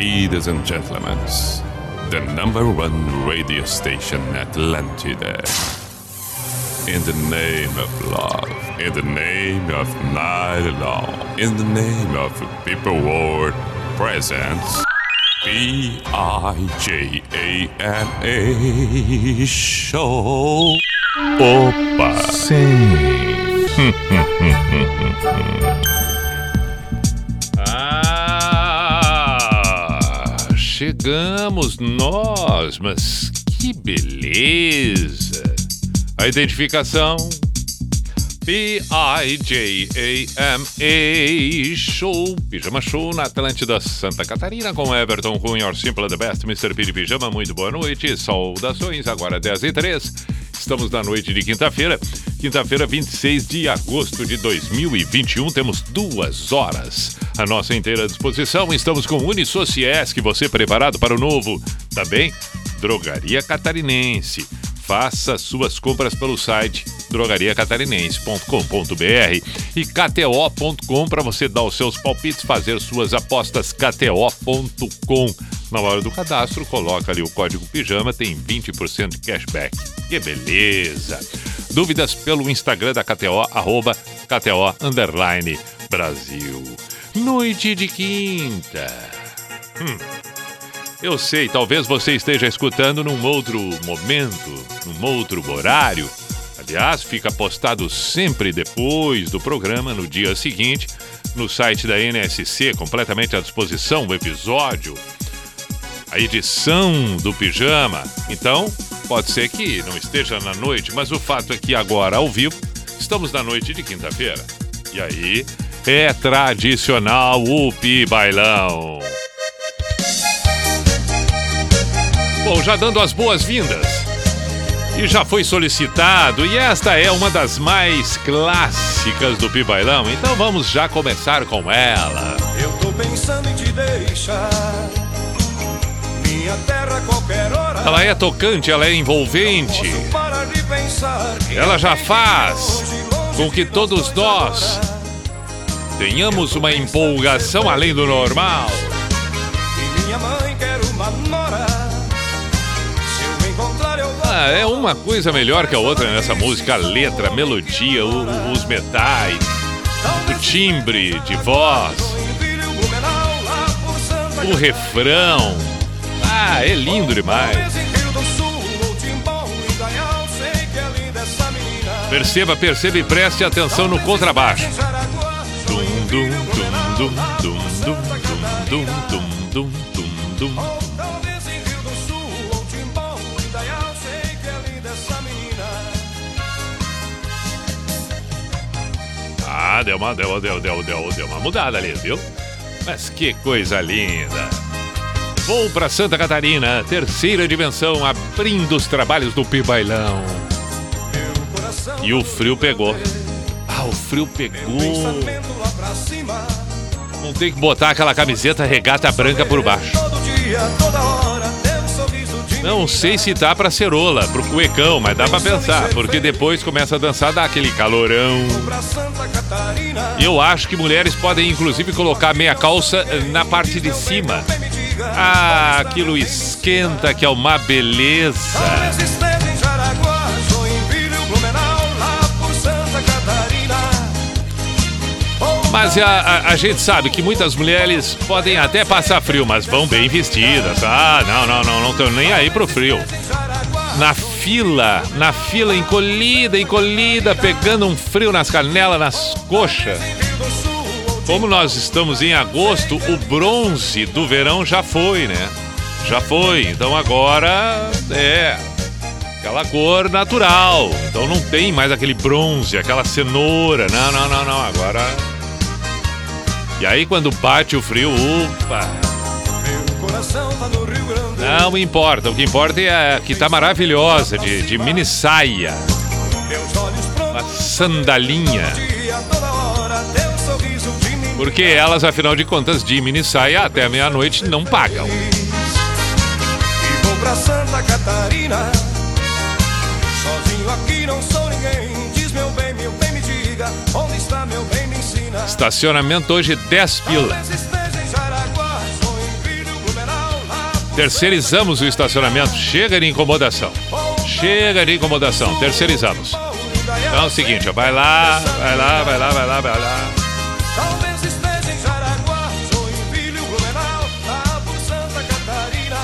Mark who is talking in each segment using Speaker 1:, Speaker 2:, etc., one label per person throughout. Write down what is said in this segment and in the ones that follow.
Speaker 1: Ladies and gentlemen, the number one radio station Atlantida. In the name of love, in the name of night long, in the name of people world presents P-I-J-A-M-A Show. Opa!
Speaker 2: Sim. Chegamos nós, mas que beleza! A identificação P-I-J-A-M-A Show, Pijama Show na Atlântida Santa Catarina com Everton Cunha, Your Simple the Best, Mr. P de Pijama. Muito boa noite, saudações, agora 10h03. Estamos na noite de quinta-feira, 26 de agosto de 2021, temos 2 horas à nossa inteira disposição. Estamos com Unisociesc, você preparado para o novo? Tá bem? Drogaria Catarinense. Faça suas compras pelo site drogariacatarinense.com.br e KTO.com para você dar os seus palpites, fazer suas apostas. KTO.com. Na hora do cadastro, coloca ali o código PIJAMA, tem 20% de cashback. Que beleza! Dúvidas pelo Instagram da KTO, @KTO_Brasil. Noite de quinta. Eu sei, talvez você esteja escutando num outro momento, num outro horário. Aliás, fica postado sempre depois do programa, no dia seguinte, no site da NSC, completamente à disposição, o episódio, a edição do Pijama. Então, pode ser que não esteja na noite, mas o fato é que agora, ao vivo, estamos na noite de quinta-feira. E aí, é tradicional o Pi Bailão. Bom, já dando as boas-vindas, e já foi solicitado, e esta é uma das mais clássicas do Pi Bailão, então vamos já começar com ela.
Speaker 3: Eu tô pensando em te deixar, minha terra qualquer hora.
Speaker 2: Ela é tocante, ela é envolvente, ela já faz com que todos nós tenhamos uma empolgação além do normal.
Speaker 3: E minha mãe quer uma nora.
Speaker 2: É uma coisa melhor que a outra nessa música, a letra, a melodia, os metais, o timbre de voz, o refrão. É lindo demais. Perceba e preste atenção no contrabaixo. Dum dum dum dum dum dum dum dum dum dum. Deu uma mudada ali, viu? Mas que coisa linda! Vou para Santa Catarina, terceira dimensão, abrindo os trabalhos do Pi Bailão. E o frio pegou. O frio pegou. Vamos ter que botar aquela camiseta regata branca por baixo. Não sei se tá pra cerola, pro cuecão, mas dá pra pensar, porque depois começa a dançar, dá aquele calorão. Eu acho que mulheres podem inclusive colocar meia calça na parte de cima. Aquilo esquenta, que é uma beleza. Mas a gente sabe que muitas mulheres podem até passar frio, mas vão bem vestidas. Não estão nem aí pro frio. Na fila, encolhida, pegando um frio nas canelas, nas coxas. Como nós estamos em agosto, o bronze do verão já foi, né? Já foi, então agora é aquela cor natural. Então não tem mais aquele bronze, aquela cenoura. Não, agora... E aí quando bate o frio, opa! Não importa, o que importa é que tá maravilhosa, de mini saia, uma sandalinha. Porque elas, afinal de contas, de mini saia até meia-noite não pagam.
Speaker 3: E vou pra Santa Catarina, sozinho aqui não sou ninguém. Diz meu bem me diga, onde está meu bem, me ensina.
Speaker 2: Estacionamento hoje 10 pila. Terceirizamos o estacionamento. Chega de incomodação. Chega de incomodação. Terceirizamos. Então é o seguinte, ó, vai lá.
Speaker 3: Talvez esteja em Jaraguá, Joinville, Blumenau, lá por Santa Catarina.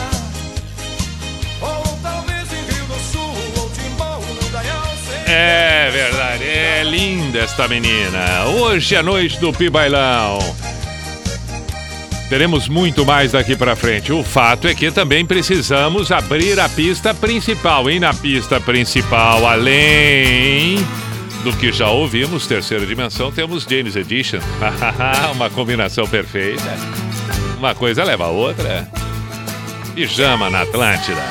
Speaker 3: Ou talvez em Rio do Sul, ou Timbó, no Dayal.
Speaker 2: É verdade, é linda esta menina. Hoje é a noite do Pibailão. Teremos muito mais daqui pra frente. O fato é que também precisamos abrir a pista principal. E na pista principal, além do que já ouvimos, Terceira Dimensão, temos Jane's Edition. Uma combinação perfeita. Uma coisa leva a outra. Pijama na Atlântida.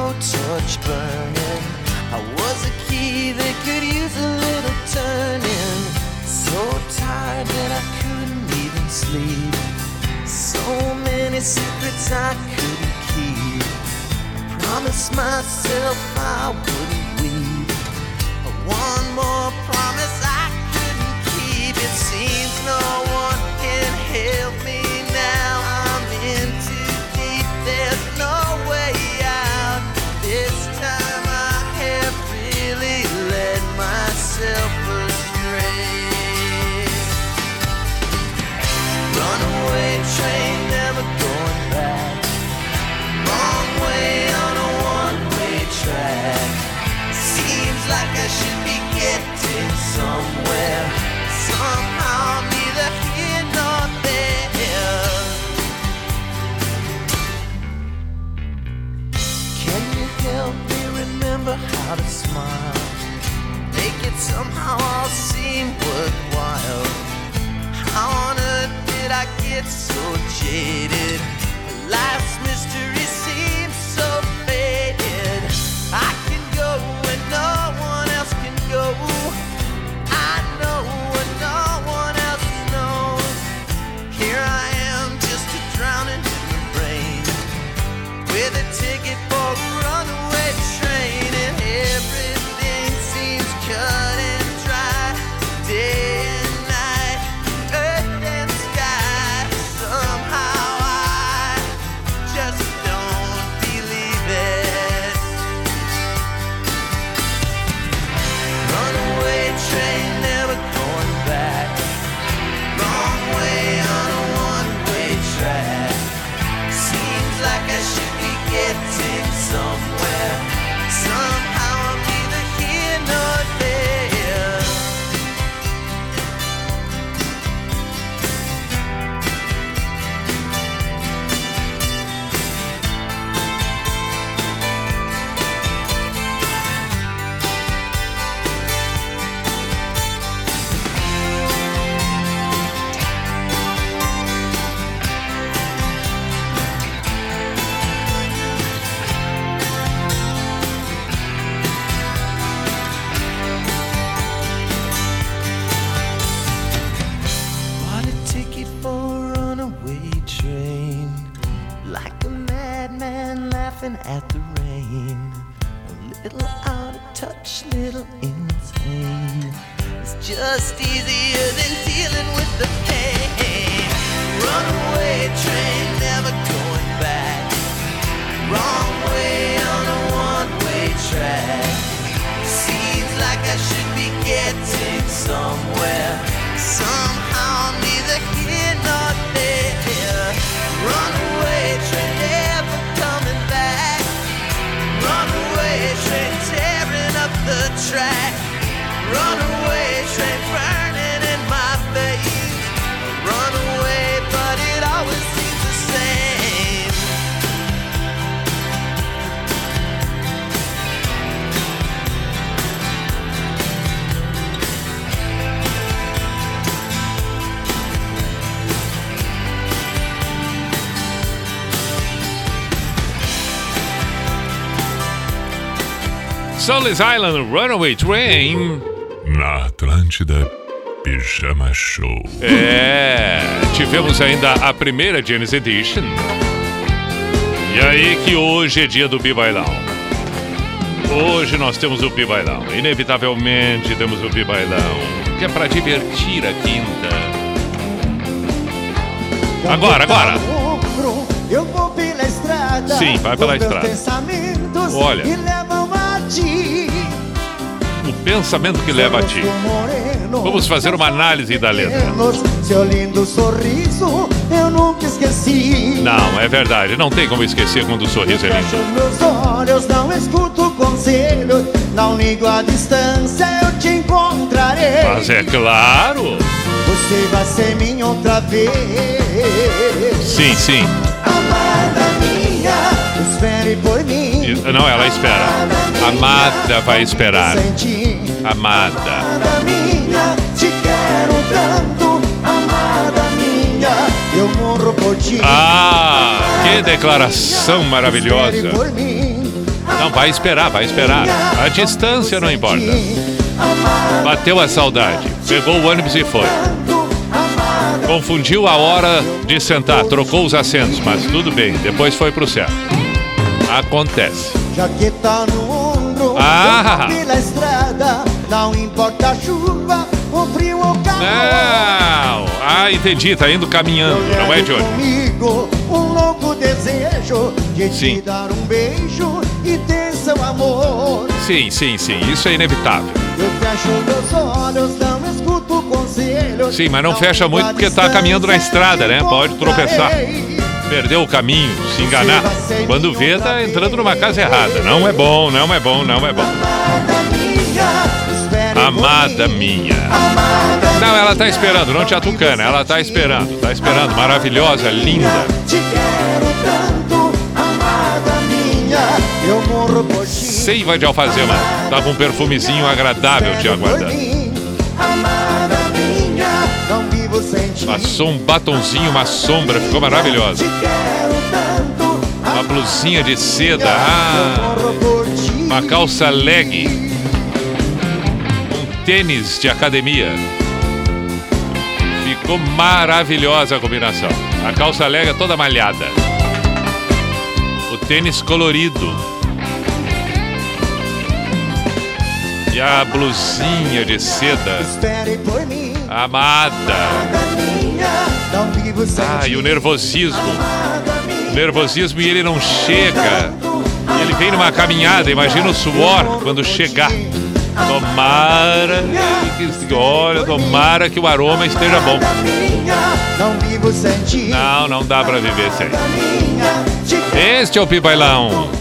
Speaker 4: no torch burning. I was a key that could use a little turning. So tired that I couldn't even sleep. So many secrets I couldn't keep. I promised myself I wouldn't weep. One more promise I couldn't keep. It seems no one can help me now. I'm in too deep, there's no way out. This time I have really led myself astray. Runaway train, never going back. Wrong way on a one-way track. Seems like I should be getting somewhere. Somehow I'm neither here nor there. Can you help me remember how to smile? Make it somehow all seem worthwhile. How on earth did I get so jaded? Life's mystery seems so faded. I can go where no one else can go. I know what no one else knows. Here I am, just a drowning in the rain, with a ticket for a runaway train, and everything seems cut and dry. Day and night, earth and sky. Somehow I just don't believe it. Runaway train, never going back. Wrong way on a one-way track. Seems like I should be getting somewhere. Somehow I'm neither here nor there. Bought a ticket for a runaway train, like a madman laughing at the rain. A little out of touch, little insane. It's just easier than dealing with the pain. Runaway train, never going back. Wrong way on a one-way track. Seems like I should be getting somewhere. Somehow I'm neither here nor there. Runaway train, never coming back. Runaway train, tearing up the track. Runaway train, burning in my veins. Runaway, but it always seems the same.
Speaker 2: Soulless Island, Runaway Train.
Speaker 1: Na Atlântida, Pijama Show.
Speaker 2: Tivemos ainda a primeira Janis Edition. E aí que hoje é dia do Bibailão. Hoje nós temos o Bibailão. Inevitavelmente temos o Bibailão, que é pra divertir a quinta. Agora.
Speaker 5: Eu vou pela estrada.
Speaker 2: Sim, vai pela estrada. Olha, o pensamento que leva a ti. Vamos fazer uma análise da letra.
Speaker 5: Seu lindo sorriso eu nunca esqueci.
Speaker 2: Não, é verdade, não tem como esquecer quando o sorriso é lindo.
Speaker 5: Meus olhos, não escuto conselho, não ligo a distância, eu te encontrarei.
Speaker 2: Mas é claro.
Speaker 5: Você vai ser minha outra vez.
Speaker 2: Sim.
Speaker 5: Amada minha, espere por mim.
Speaker 2: Não, ela espera. Amada vai esperar. Amada.
Speaker 5: Amada minha, te quero tanto. Amada minha, eu morro por ti.
Speaker 2: Ah, que declaração maravilhosa.
Speaker 5: Espere por mim.
Speaker 2: Não, vai esperar. A distância não importa. Bateu a saudade, pegou o ônibus e foi. Confundiu a hora de sentar, trocou os assentos, mas tudo bem, depois foi pro céu. Acontece.
Speaker 5: Jaqueta no ombro, pela estrada, não importa a chuva, o frio ou o calor.
Speaker 2: Não, entendi, tá indo caminhando, não é de hoje.
Speaker 5: Comigo, um louco desejo de te dar um beijo e ter seu amor.
Speaker 2: Sim, isso é inevitável.
Speaker 5: Eu fecho meus olhos, não escuto conselhos.
Speaker 2: Sim, mas não fecha muito porque tá caminhando na estrada, né? Pode tropeçar, perder o caminho, se enganar. Quando vê, tá entrando numa casa errada. Não é bom. Amada minha. Não, ela tá esperando, não te atucana. Ela tá esperando, maravilhosa, linda.
Speaker 5: Te quero tanto, amada minha. Eu morro por ti.
Speaker 2: Seiva de alfazema. Tá com um perfumezinho agradável te aguardando.
Speaker 5: Amada minha, não vivo sem ti.
Speaker 2: Passou um batonzinho, uma sombra, ficou maravilhosa.
Speaker 5: Te quero tanto,
Speaker 2: Uma blusinha de seda,
Speaker 5: eu morro por ti.
Speaker 2: uma calça leg, um tênis de academia. Ficou maravilhosa a combinação. A calça leg é toda malhada, o tênis colorido e a blusinha de seda.
Speaker 5: Espere por mim,
Speaker 2: Amada.
Speaker 5: não vivo sem ti.
Speaker 2: E o nervosismo. E ele não chega. E ele vem numa caminhada. Imagina o suor quando chegar. Tomara que o aroma esteja bom.
Speaker 5: Não vivo sem ti.
Speaker 2: Não dá pra viver sem. Este é o Pibailão.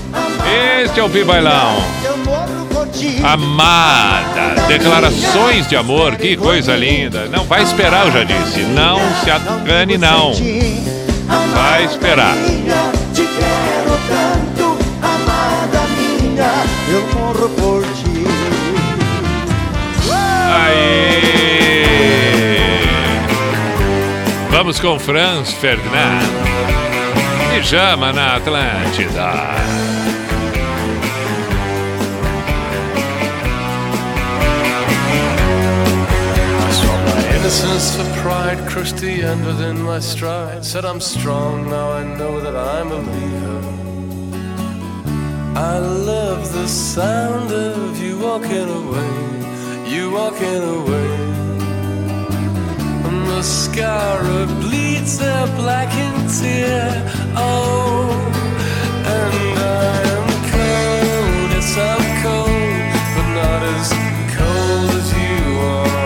Speaker 5: Eu morro por ti.
Speaker 2: Amada. Declarações de amor. Que coisa linda. Não vai esperar, eu já disse. Não se atane, não. Vai esperar.
Speaker 5: Te quero tanto, amada minha. Eu morro por ti.
Speaker 2: Aê! Vamos com Franz Ferdinand. Pijama na Atlântida.
Speaker 6: Innocence for pride crushed the end within my stride. Said I'm strong, now I know that I'm a leader. I love the sound of you walking away. Mascara bleeds a blackened tear. Oh, and I am cold, yes I'm cold, but not as cold as you are.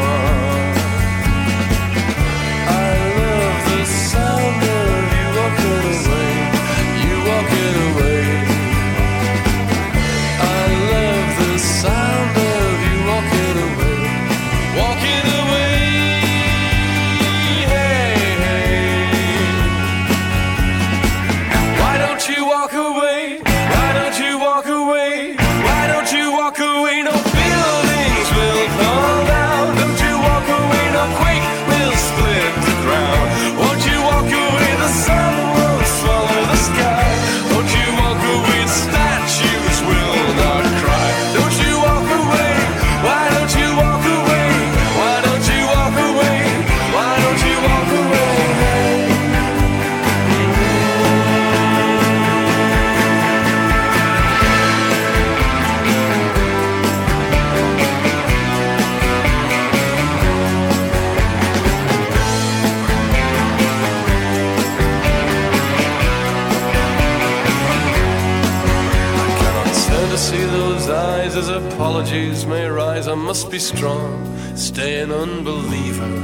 Speaker 6: As apologies may rise, I must be strong, stay an unbeliever,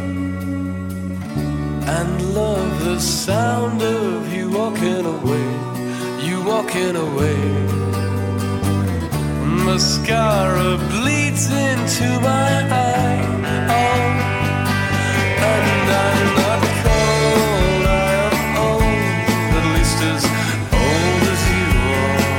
Speaker 6: and love the sound of you walking away. Mascara bleeds into my eye, oh, and I'm not cold, I am old, at least as old as you are.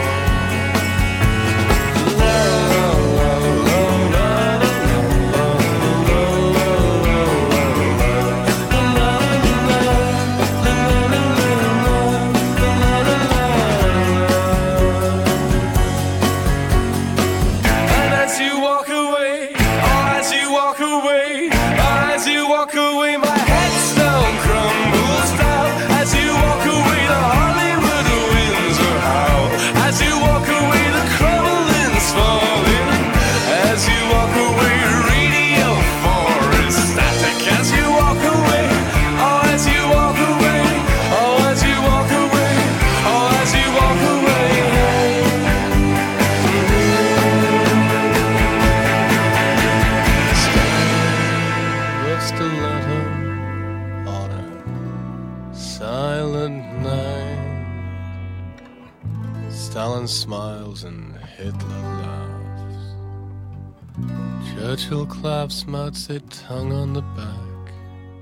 Speaker 6: smiles and Hitler laughs. Churchill claps Mao Zedong on the back.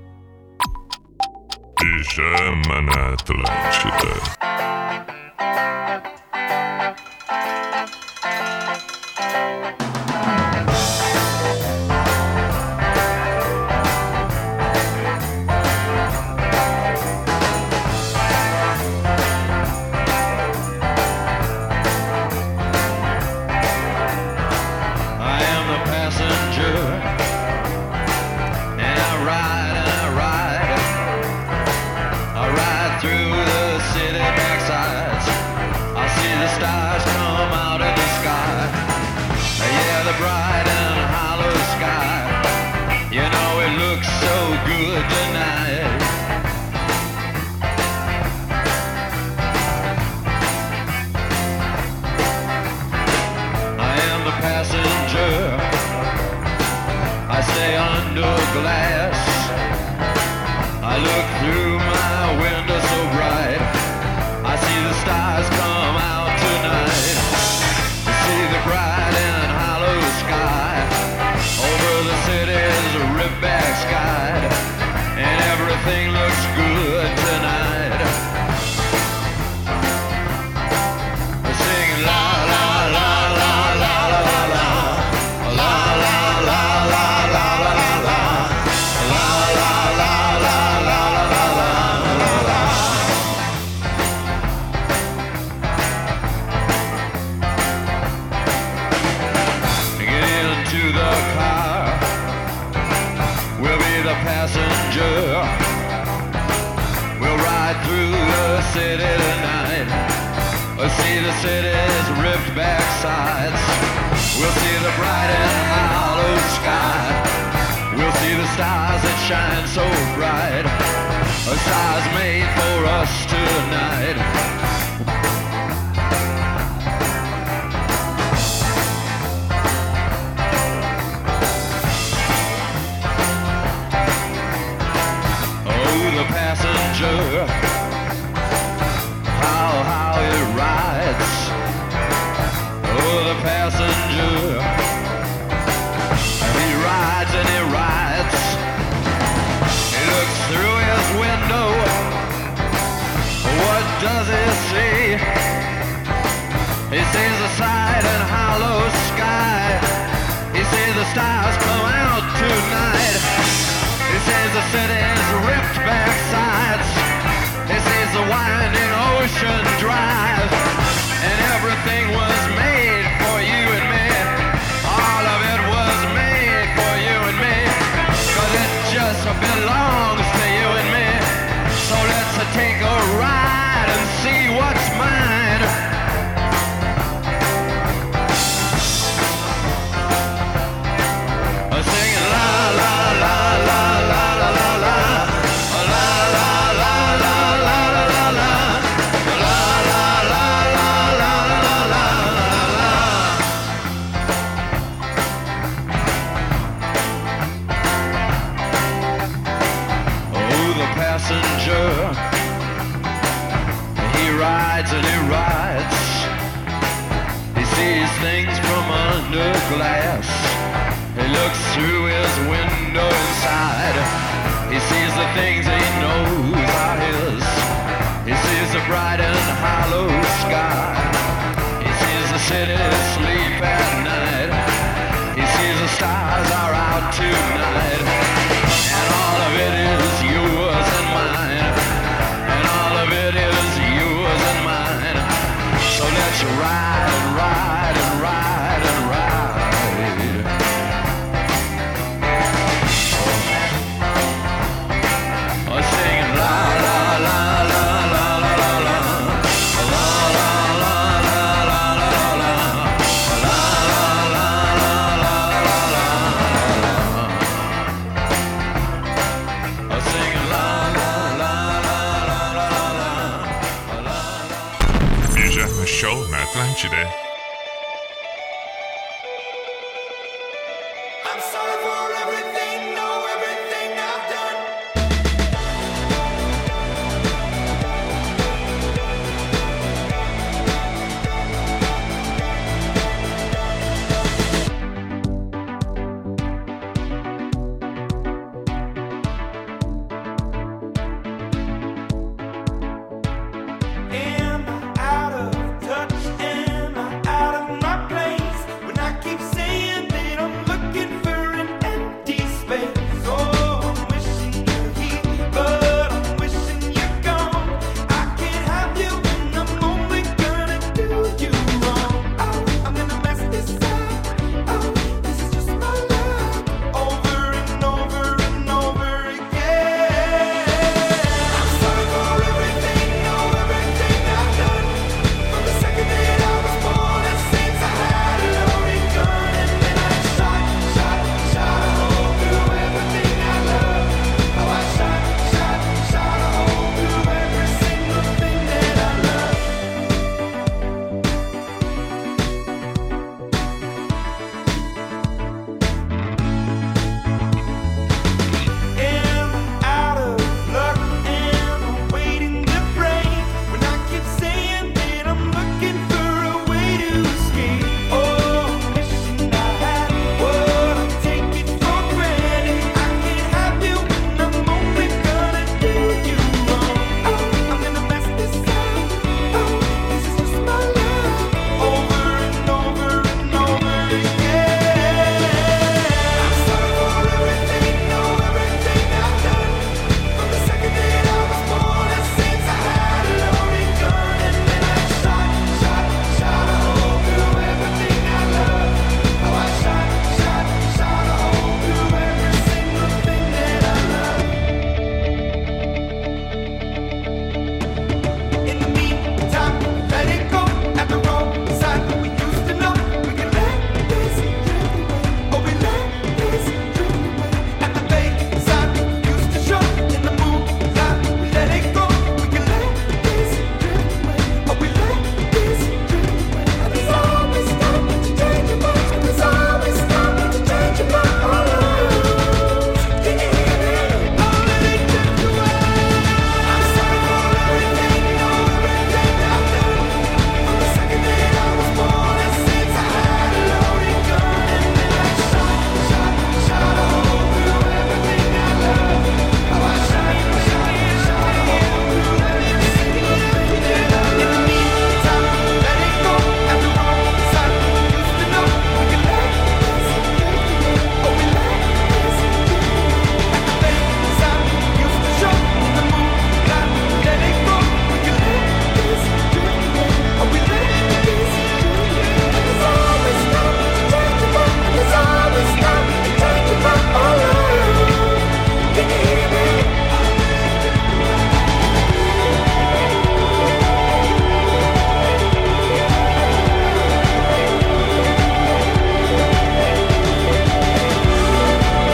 Speaker 1: Pijama na Atlântida. Show na Atlântida.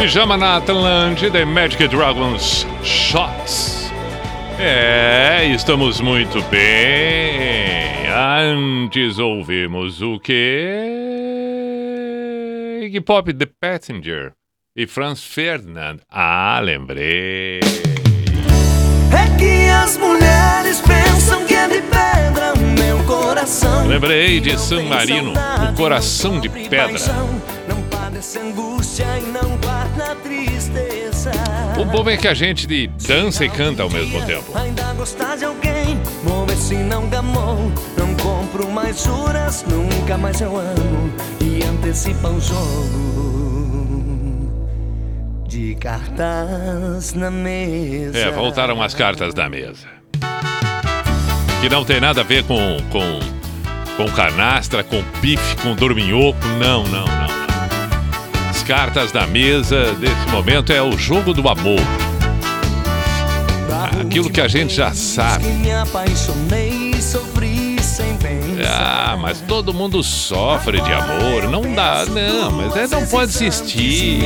Speaker 2: Pijama na Atlântida e Magic Dragons Shots. Estamos muito bem. Antes ouvimos o quê? Iggy Pop, The Passenger e Franz Ferdinand. Lembrei.
Speaker 4: É que as mulheres pensam que é de pedra o meu coração.
Speaker 2: Lembrei de San Marino, o coração de pedra.
Speaker 4: Não padece angústia e não guarda tristeza.
Speaker 2: O bom é que a gente dança e canta ao mesmo tempo.
Speaker 4: Ainda gostar de alguém, vou ver se não gamou. Não compro mais juras, nunca mais eu amo. E antecipa o jogo de cartas na mesa.
Speaker 2: Voltaram as cartas da mesa. Que não tem nada a ver com canastra, com pife, com dorminhoco. Não. As cartas da mesa desse momento é o jogo do amor. Aquilo que a gente já sabe. Mas todo mundo sofre de amor. Não dá, não. Mas não pode existir.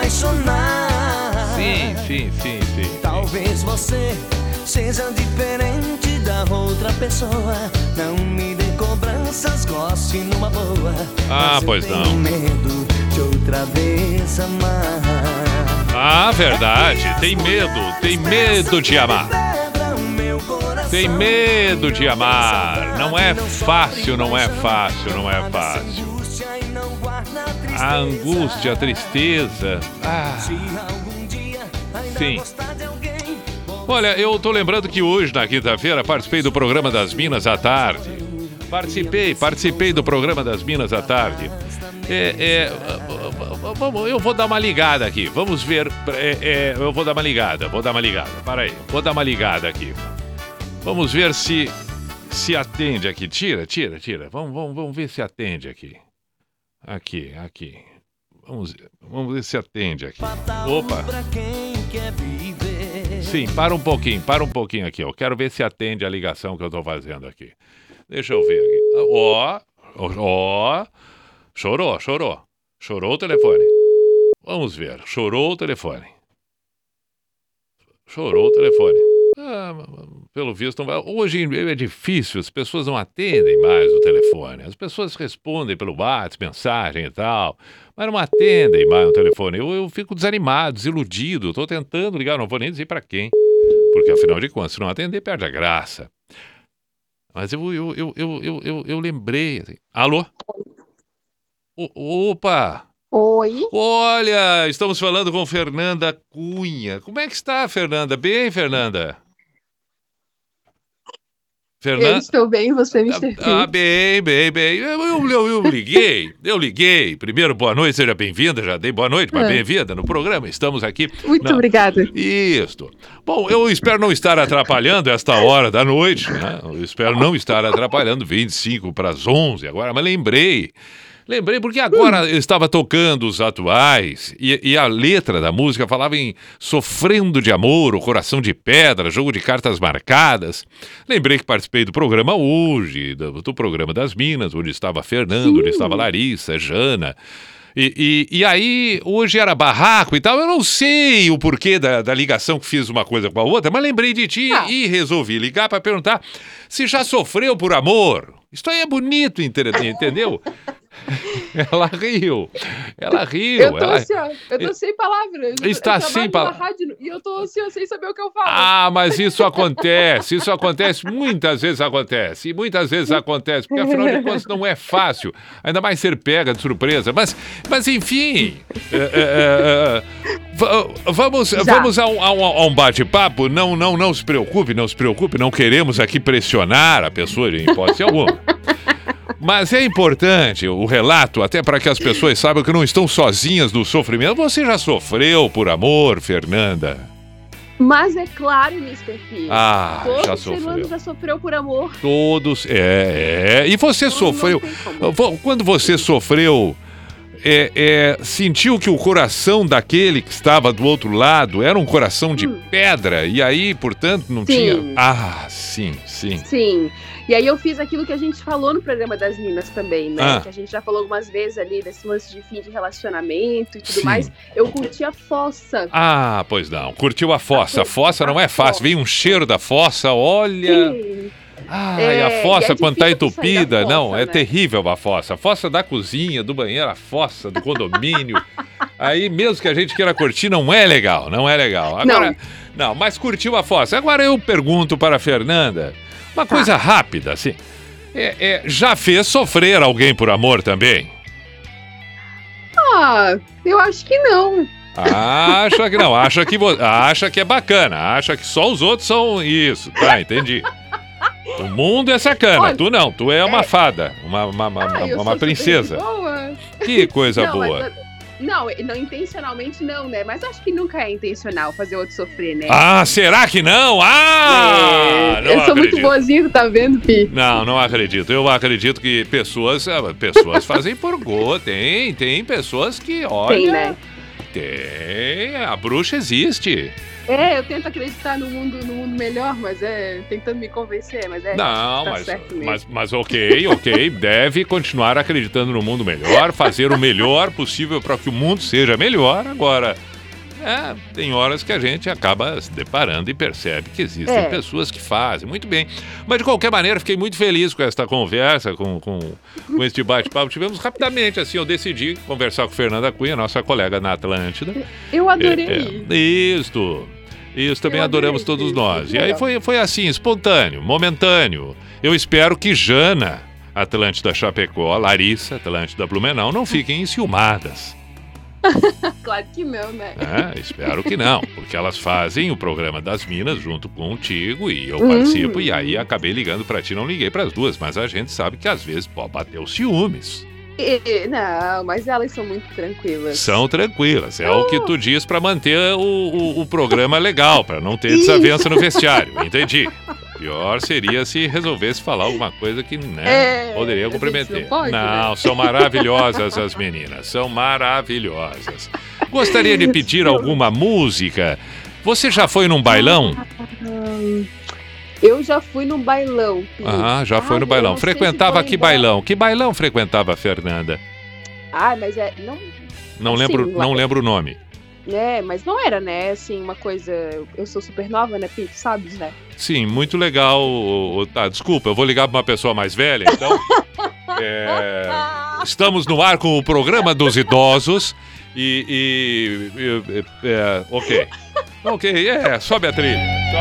Speaker 2: Sim.
Speaker 4: Talvez você seja diferente da outra pessoa. Não me dê cobranças, goste numa boa.
Speaker 2: Pois não.
Speaker 4: Tenho medo de outra vez amar.
Speaker 2: Verdade. Tem medo de amar. Tem medo de amar. Não é fácil. A angústia, a tristeza. Sim. Olha, eu tô lembrando que hoje, na quinta-feira, participei do programa das Minas à tarde. Participei do programa das Minas à tarde. Eu vou dar uma ligada aqui. Vamos ver. Eu vou dar uma ligada. Para aí. Vou dar uma ligada aqui. Vamos ver se atende aqui. Tira. Vamos ver se atende aqui. Aqui. Vamos ver se atende aqui. Opa. Sim, para um pouquinho aqui. Eu quero ver se atende a ligação que eu tô fazendo aqui. Deixa eu ver aqui. Chorou o telefone. Vamos ver. Chorou o telefone. Pelo visto não vai. Hoje é difícil, as pessoas não atendem mais o telefone. As pessoas respondem pelo WhatsApp, mensagem e tal, mas não atendem mais o telefone. Eu fico desanimado, desiludido. Estou tentando ligar, não vou nem dizer para quem, porque afinal de contas, se não atender, perde a graça. Mas eu lembrei. Assim. Alô? Opa!
Speaker 7: Oi.
Speaker 2: Olha, estamos falando com Fernanda Cunha. Como é que está, Fernanda? Bem, Fernanda?
Speaker 7: Eu estou bem, você me serviu.
Speaker 2: Bem. Eu liguei. Primeiro, boa noite, seja bem-vinda. Já dei boa noite, mas bem-vinda no programa. Estamos aqui.
Speaker 7: Muito obrigada.
Speaker 2: Isso. Bom, eu espero não estar atrapalhando esta hora da noite, né? Eu espero não estar atrapalhando 25 para as 11 agora, mas lembrei porque agora eu estava tocando os atuais e a letra da música falava em sofrendo de amor, o coração de pedra, jogo de cartas marcadas. Lembrei que participei do programa hoje, do programa das Minas, onde estava Fernando, onde estava Larissa, Jana. E aí, hoje era barraco e tal. Eu não sei o porquê da ligação que fiz uma coisa com a outra, mas lembrei de ti e resolvi ligar para perguntar se já sofreu por amor. Isso aí é bonito, entendeu? Ela riu.
Speaker 7: Eu tô assim, ó, eu tô sem palavras.
Speaker 2: Está sem palavras.
Speaker 7: E eu tô assim, sem saber o que eu falo.
Speaker 2: Mas isso acontece, muitas vezes acontece, porque afinal de contas não é fácil, ainda mais ser pega de surpresa, mas enfim, vamos a um bate-papo, não se preocupe, não queremos aqui pressionar a pessoa em hipótese alguma. Mas é importante o relato, até para que as pessoas saibam que não estão sozinhas no sofrimento. Você já sofreu por amor, Fernanda?
Speaker 7: Mas é claro, Mr. P.
Speaker 2: Já sofreu.
Speaker 7: Todo ser humano já sofreu por amor.
Speaker 2: Todos, E você sofreu... Quando você sofreu sentiu que o coração daquele que estava do outro lado era um coração de pedra, e aí, portanto, não tinha... Ah, sim.
Speaker 7: Sim. E aí eu fiz aquilo que a gente falou no programa das Minas também, né? Que a gente já falou algumas vezes ali desse lance de fim de relacionamento e tudo mais. Eu curti a fossa.
Speaker 2: Ah, pois não. Curtiu a fossa. A fossa não é fácil. Vem um cheiro da fossa, olha...
Speaker 7: Sim.
Speaker 2: E a fossa, quando tá entupida,
Speaker 7: fossa,
Speaker 2: não, é
Speaker 7: né?
Speaker 2: terrível a fossa. A fossa da cozinha, do banheiro, a fossa do condomínio. Aí, mesmo que a gente queira curtir, não é legal. Agora, não, mas curtiu a fossa. Agora eu pergunto para a Fernanda, uma coisa rápida, assim. Já fez sofrer alguém por amor também?
Speaker 7: Eu acho que não.
Speaker 2: Acha que não, acha que é bacana, acha que só os outros são isso. Tá, entendi. O mundo é sacana, olha, tu não, tu é uma fada, uma princesa. Que coisa boa.
Speaker 7: Não, intencionalmente não, né? Mas acho que nunca é intencional fazer o outro sofrer, né?
Speaker 2: Será que não? Não
Speaker 7: eu sou muito boazinha, tá vendo, Pi?
Speaker 2: Não acredito. Eu acredito que pessoas fazem por gosto. Tem pessoas que, olha...
Speaker 7: Tem, né?
Speaker 2: Tem, a bruxa existe.
Speaker 7: Eu tento acreditar no mundo melhor, mas tentando me convencer, mas
Speaker 2: não,
Speaker 7: tá certo mesmo.
Speaker 2: mas ok, deve continuar acreditando no mundo melhor, fazer o melhor possível para que o mundo seja melhor. Agora, tem horas que a gente acaba se deparando e percebe que existem pessoas que fazem muito bem. Mas de qualquer maneira, fiquei muito feliz com esta conversa, com este bate-papo. Tivemos rapidamente, assim, eu decidi conversar com Fernanda Cunha, nossa colega na Atlântida.
Speaker 7: Eu adorei.
Speaker 2: Isso também adoramos todos nós. E aí foi assim, espontâneo, momentâneo. Eu espero que Jana, Atlântida Chapecó, Larissa, Atlântida Blumenau, não fiquem enciumadas.
Speaker 7: Claro que não, né?
Speaker 2: Espero que não, porque elas fazem o programa das Minas junto contigo e eu participo, e aí acabei ligando pra ti, não liguei pras duas, mas a gente sabe que às vezes pode bater os ciúmes.
Speaker 7: Não, mas elas são muito tranquilas.
Speaker 2: São tranquilas, o que tu diz pra manter o programa legal, pra não ter desavença no vestiário, entendi. Pior seria se resolvesse falar alguma coisa que poderia comprometer.
Speaker 7: Não, pode,
Speaker 2: não,
Speaker 7: né?
Speaker 2: São maravilhosas as meninas, são maravilhosas. Gostaria de pedir alguma música. Você já foi num bailão?
Speaker 7: Eu já fui num bailão.
Speaker 2: Já foi no bailão. Frequentava que bailão? Que bailão frequentava a Fernanda?
Speaker 7: Mas
Speaker 2: não lembro o nome.
Speaker 7: Mas não era, né, assim, uma coisa... Eu sou super nova, né, Pito, sabes, né?
Speaker 2: Sim, muito legal. Desculpa, eu vou ligar para uma pessoa mais velha, então. Estamos no ar com o programa dos idosos ok. Sobe a trilha.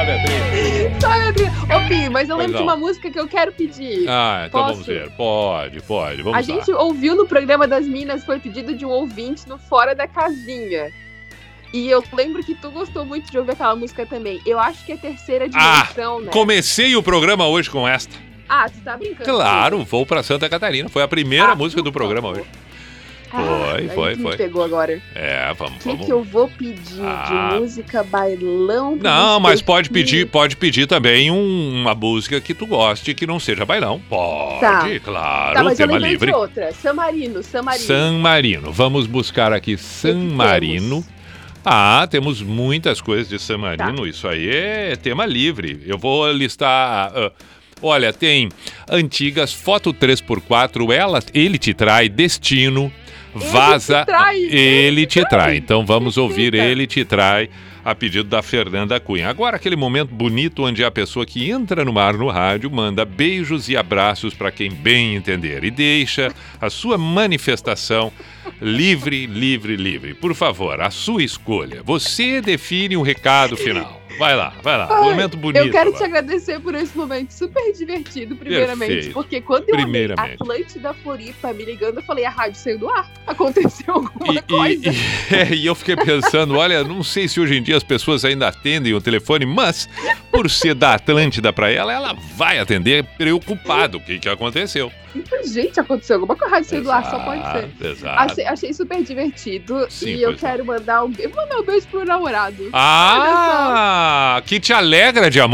Speaker 7: Ô, Pi, mas eu lembro de uma música que eu quero pedir.
Speaker 2: Então vamos ver. Pode. Vamos lá.
Speaker 7: A gente ouviu no programa das Minas, foi pedido de um ouvinte no Fora da Casinha. E eu lembro que tu gostou muito de ouvir aquela música também. Eu acho que é Terceira Dimensão, né?
Speaker 2: Comecei o programa hoje com esta.
Speaker 7: Tu tá brincando?
Speaker 2: Claro, vou pra Santa Catarina. Foi a primeira música do programa hoje. Foi.
Speaker 7: Me pegou agora.
Speaker 2: Vamos.
Speaker 7: O que eu vou pedir de música bailão?
Speaker 2: Não, mas pode pedir também uma música que tu goste que não seja bailão. Pode, claro,
Speaker 7: mas
Speaker 2: tema
Speaker 7: eu lembrei
Speaker 2: livre.
Speaker 7: de outra. San Marino.
Speaker 2: Vamos buscar aqui San Marino. Temos muitas coisas de San Marino. Isso aí é tema livre. Eu vou listar... olha, tem antigas, Foto 3x4, Ele Te Trai, Destino... Vaza, Ele Te Trai. Então vamos ouvir Ele Te Trai, a pedido da Fernanda Cunha. Agora aquele momento bonito onde a pessoa que entra no ar no rádio manda beijos e abraços para quem bem entender e deixa a sua manifestação livre. Por favor, a sua escolha. Você define o recado final. Vai lá. Momento bonito.
Speaker 7: Eu quero te agradecer por esse momento super divertido, primeiramente.
Speaker 2: Perfeito.
Speaker 7: Porque quando eu olhei Atlântida Floripa me ligando, eu falei, a rádio saiu do ar. Aconteceu alguma coisa.
Speaker 2: E eu fiquei pensando, olha, não sei se hoje em dia as pessoas ainda atendem o telefone, mas por ser da Atlântida pra ela vai atender preocupado. O que aconteceu?
Speaker 7: Gente, aconteceu alguma coisa, a rádio saiu do ar, só pode ser.
Speaker 2: Exato.
Speaker 7: Achei super divertido.
Speaker 2: Sim,
Speaker 7: e eu quero mandar um beijo pro namorado.
Speaker 2: Que te alegra de amor.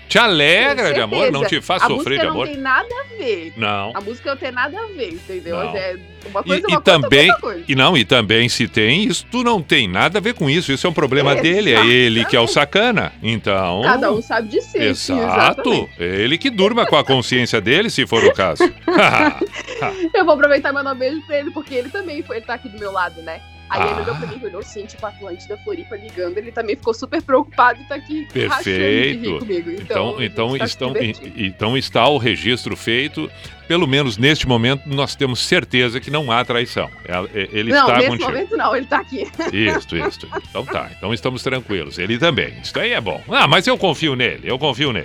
Speaker 2: Te alegra
Speaker 7: Com
Speaker 2: de amor,
Speaker 7: certeza.
Speaker 2: não te faz
Speaker 7: A
Speaker 2: sofrer de
Speaker 7: música
Speaker 2: amor?
Speaker 7: não tem nada a ver.
Speaker 2: Não.
Speaker 7: A música não tem nada a ver, entendeu?
Speaker 2: Não.
Speaker 7: É uma coisa,
Speaker 2: E
Speaker 7: uma
Speaker 2: também,
Speaker 7: coisa, outra coisa.
Speaker 2: e também se tem, isso tu não tem nada a ver com isso. Isso é um problema dele, é ele que é o sacana. Então.
Speaker 7: Cada um sabe de si.
Speaker 2: Exato.
Speaker 7: Exatamente.
Speaker 2: Ele que durma com a consciência dele, se for o caso.
Speaker 7: Eu vou aproveitar e mandar um beijo pra ele, porque ele também foi, ele tá aqui do meu lado, né? Aí ele
Speaker 2: Ah.
Speaker 7: olhou pra mim, olhou assim, tipo, Atlântida, Floripa ligando, ele também ficou super preocupado e tá aqui rachando de rir
Speaker 2: Perfeito.
Speaker 7: comigo.
Speaker 2: Então,
Speaker 7: a gente tá se divertindo.
Speaker 2: então está o registro feito. Pelo menos neste momento, nós temos certeza que não há traição. Ele
Speaker 7: Não,
Speaker 2: está
Speaker 7: nesse
Speaker 2: contigo.
Speaker 7: momento não, ele tá aqui.
Speaker 2: Isso. Então tá. Então estamos tranquilos. Ele também. Isso aí é bom. Ah, mas eu confio nele.
Speaker 7: Eu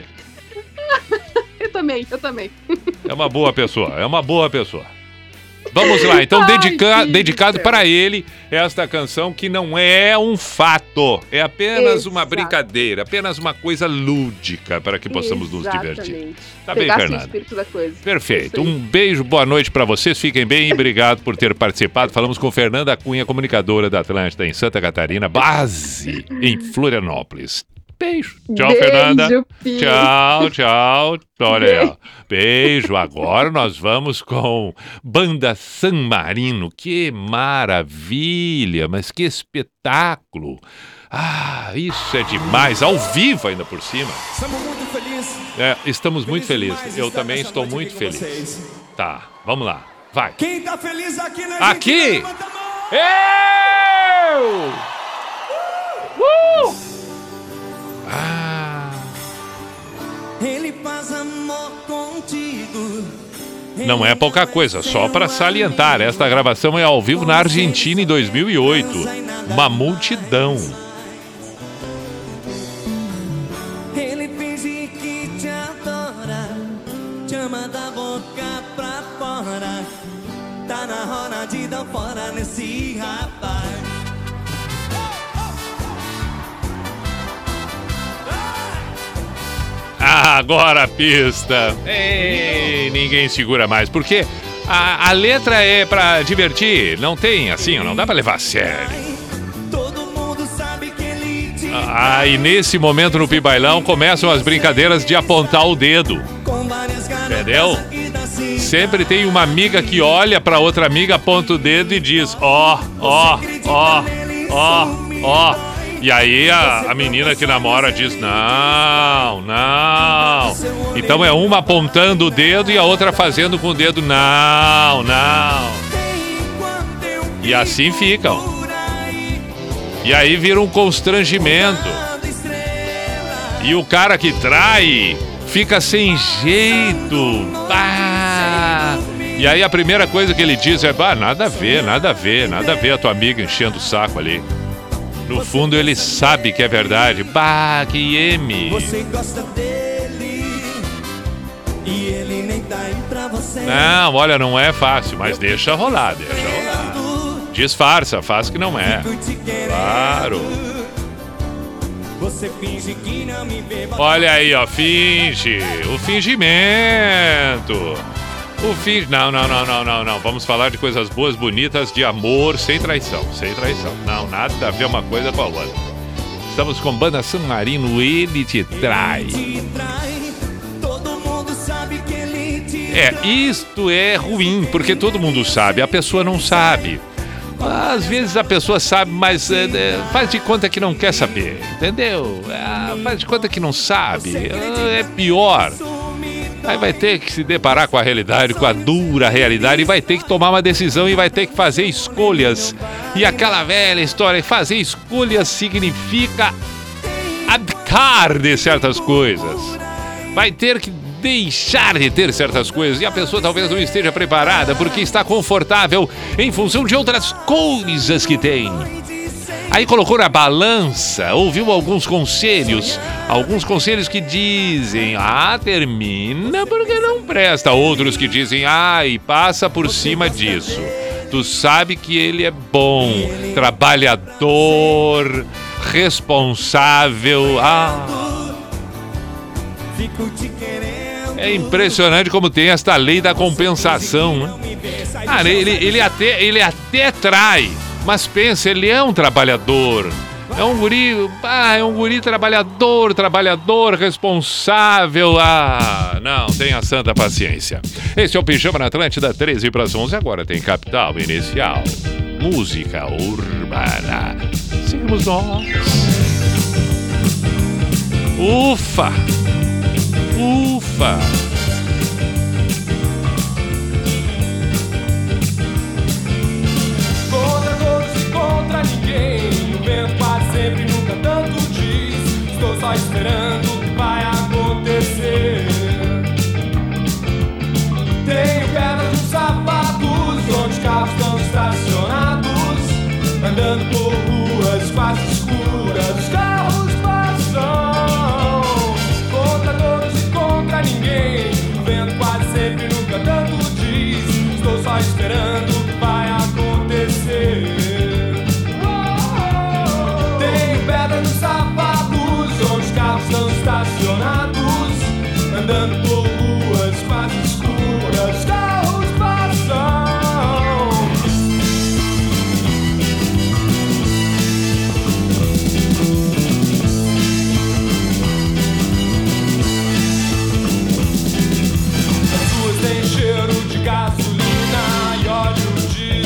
Speaker 7: também.
Speaker 2: É uma boa pessoa. Vamos lá, então
Speaker 7: Ai,
Speaker 2: dedicado
Speaker 7: Deus.
Speaker 2: para ele esta canção que não é um fato, é apenas uma
Speaker 7: Exato.
Speaker 2: brincadeira, apenas uma coisa lúdica para que possamos nos divertir.
Speaker 7: Exatamente.
Speaker 2: Tá bem,
Speaker 7: Pegasse o
Speaker 2: Fernanda?
Speaker 7: espírito da coisa.
Speaker 2: Perfeito,
Speaker 7: Isso aí.
Speaker 2: um beijo, boa noite para vocês, fiquem bem e obrigado por ter participado. Falamos com Fernanda Cunha, comunicadora da Atlântida em Santa Catarina, base em Florianópolis. Beijo. Tchau,
Speaker 7: Beijo,
Speaker 2: Fernanda.
Speaker 7: Pi.
Speaker 2: Tchau. Olha aí, ó. Beijo. Agora nós vamos com Banda San Marino. Que maravilha, mas que espetáculo. Ah, isso é demais. Ao vivo ainda por cima.
Speaker 3: Estamos muito felizes.
Speaker 2: Estamos muito felizes.
Speaker 3: demais
Speaker 2: Eu
Speaker 3: estar
Speaker 2: também
Speaker 3: nessa
Speaker 2: estou
Speaker 3: noite
Speaker 2: muito
Speaker 3: aqui com
Speaker 2: feliz.
Speaker 3: vocês.
Speaker 2: Tá, vamos lá. Vai.
Speaker 3: Quem tá feliz aqui na
Speaker 2: Aqui!
Speaker 3: Argentina, levanta a mão!
Speaker 2: Eu! Ah.
Speaker 5: Ele faz amor contigo.
Speaker 2: Não é pouca coisa, só para salientar, esta gravação é ao vivo na Argentina em 2008. Uma multidão.
Speaker 5: Ele finge que te adora, te ama da boca pra fora. Tá na hora de dar fora nesse rapaz.
Speaker 2: Agora a pista. Ei, ninguém segura mais, porque a letra é pra divertir, não tem assim, não dá pra levar a sério.
Speaker 5: Todo mundo sabe que ele te
Speaker 2: E nesse momento no Pibailão começam as brincadeiras de apontar o dedo.
Speaker 5: com várias garotas
Speaker 2: Entendeu?
Speaker 5: aqui da cidade.
Speaker 2: Sempre tem uma amiga que olha pra outra amiga, aponta o dedo e diz: ó. E aí a menina que namora diz: não. Então é uma apontando o dedo e a outra fazendo com o dedo: não.
Speaker 5: Enquanto eu
Speaker 2: E assim ficam.
Speaker 5: por aí,
Speaker 2: E aí vira um constrangimento.
Speaker 5: dando estrela.
Speaker 2: E o cara que trai fica sem jeito. E aí a primeira coisa que ele diz é: nada a ver a tua amiga enchendo o saco ali. No fundo ele sabe que é verdade. Que M.
Speaker 5: Você gosta dele e ele nem tá aí pra você.
Speaker 2: Não, olha, não é fácil, mas deixa rolar. Disfarça, faz que não é.
Speaker 5: Fico te querendo.
Speaker 2: Claro.
Speaker 5: Você finge que não me vê.
Speaker 2: Olha aí, ó, finge. O fingimento. Não. Vamos falar de coisas boas, bonitas, de amor, sem traição. Não, nada a ver uma coisa com a outra. Estamos com Banda San Marino, Ele Te Trai.
Speaker 5: Te trai. Todo mundo sabe que ele te
Speaker 2: Isto é ruim, porque todo mundo sabe, a pessoa não sabe. Às vezes a pessoa sabe, mas faz de conta que não quer saber, entendeu? Faz de conta que não sabe, é pior. Aí vai ter que se deparar com a realidade, com a dura realidade, e vai ter que tomar uma decisão e vai ter que fazer escolhas. E aquela velha história, fazer escolhas significa abdicar de certas coisas. Vai ter que deixar de ter certas coisas, e a pessoa talvez não esteja preparada porque está confortável em função de outras coisas que tem. Aí colocou na balança, ouviu alguns conselhos que dizem: termina porque não presta. Outros que dizem: e passa por cima disso. Tu sabe que ele é bom, trabalhador, responsável.
Speaker 5: Fico te querendo.
Speaker 2: É impressionante como tem esta lei da compensação, né? Ele até trai, mas pensa, ele é um trabalhador, É um guri trabalhador, responsável. Não, tenha santa paciência. Esse é o Pijama na Atlântida, 13 para as 11. Agora tem Capital Inicial. Música urbana. Seguimos nós. Ufa!
Speaker 3: Contra todos e contra ninguém. O vento quase sempre, nunca tanto diz. Estou só esperando o que vai acontecer. Tenho pedras nos sapatos, onde os carros estão estacionados, andando por ruas quase escuras. Os carros passam. Contra todos e contra ninguém. O vento quase sempre, nunca tanto diz. Estou só esperando o que vai acontecer. Tenho pedra nos sapatos, onde os carros estão estacionados, andando por ruas quase escuras. Os carros passam. As ruas têm cheiro de gasolina e óleo de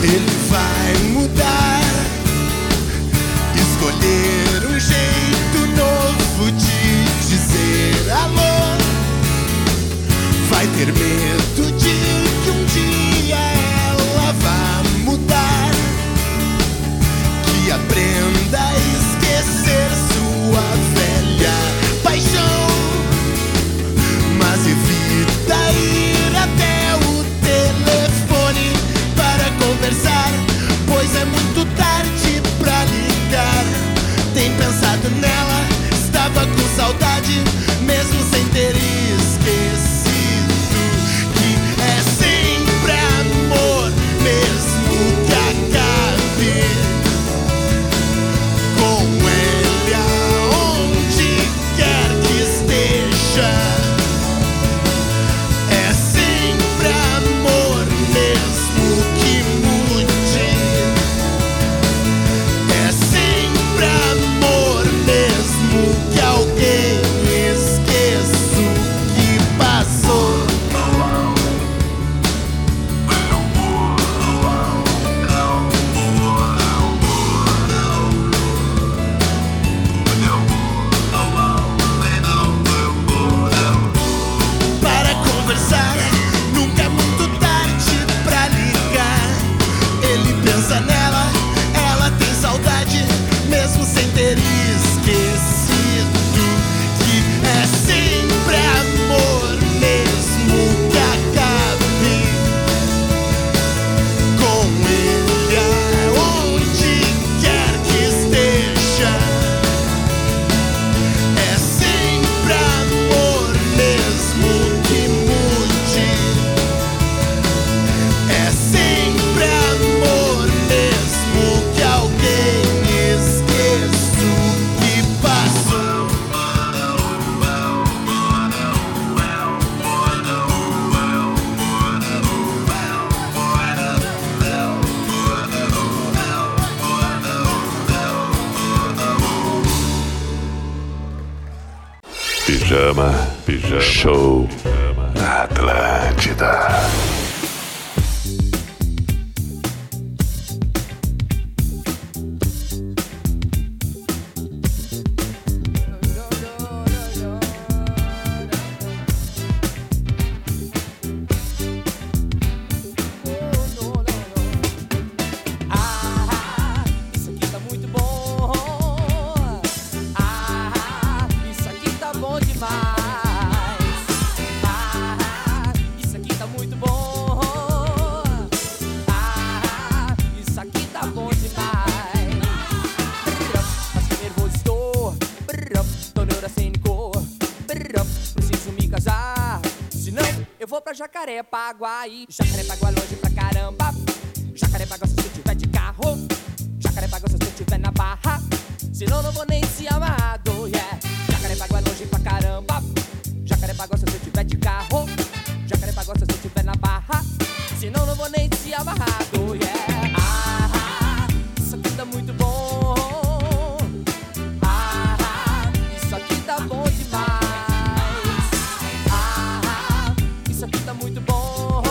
Speaker 8: Ele vai mudar, escolher um jeito novo de dizer alô. Vai ter medo de que um dia ela vá mudar, que aprenda a esquecer sua velha paixão, mas evita ir até o telefone para conversar, pois é muito tarde pra ligar. Tem pensado nela, estava com saudade, mesmo sem ter esquecido que é sempre amor, mesmo que acabe com ele aonde quer que esteja. É sempre amor, mesmo que mude. É sempre amor, mesmo que alguém esqueça o que passou. Para conversar, nunca é muito tarde pra ligar. Ele pensa nela, ela tem saudade, mesmo sem ter esquecido que é sempre amor, mesmo que acabe com ele aonde quer que esteja. É sempre amor, mesmo que mude. É sempre amor, mesmo que alguém esqueça o que passou.
Speaker 1: Pijama Show na Atlântida.
Speaker 5: Ah, isso aqui tá muito bom. Ah, isso aqui tá bom demais. Ah, isso aqui tá muito bom. Ah, isso aqui tá bom demais. Mas que nervoso estou. Tô neuracênico. Preciso me casar. Senão eu vou pra Jacarepaguá. Jacarepaguá é longe pra caramba. Jacarepaguá só se eu tiver de carro. Jacarepaguá só se eu tiver na barra. Senão não vou nem se amarrado, yeah. Jacarepaguá é longe pra caramba. Jacarepaguá só se eu tiver de carro. Jacarepaguá só se eu tiver na barra. Senão não vou nem se amarrado, yeah. Ah, isso aqui tá muito bom. Ah, isso aqui tá bom demais. Ah, isso aqui tá muito bom.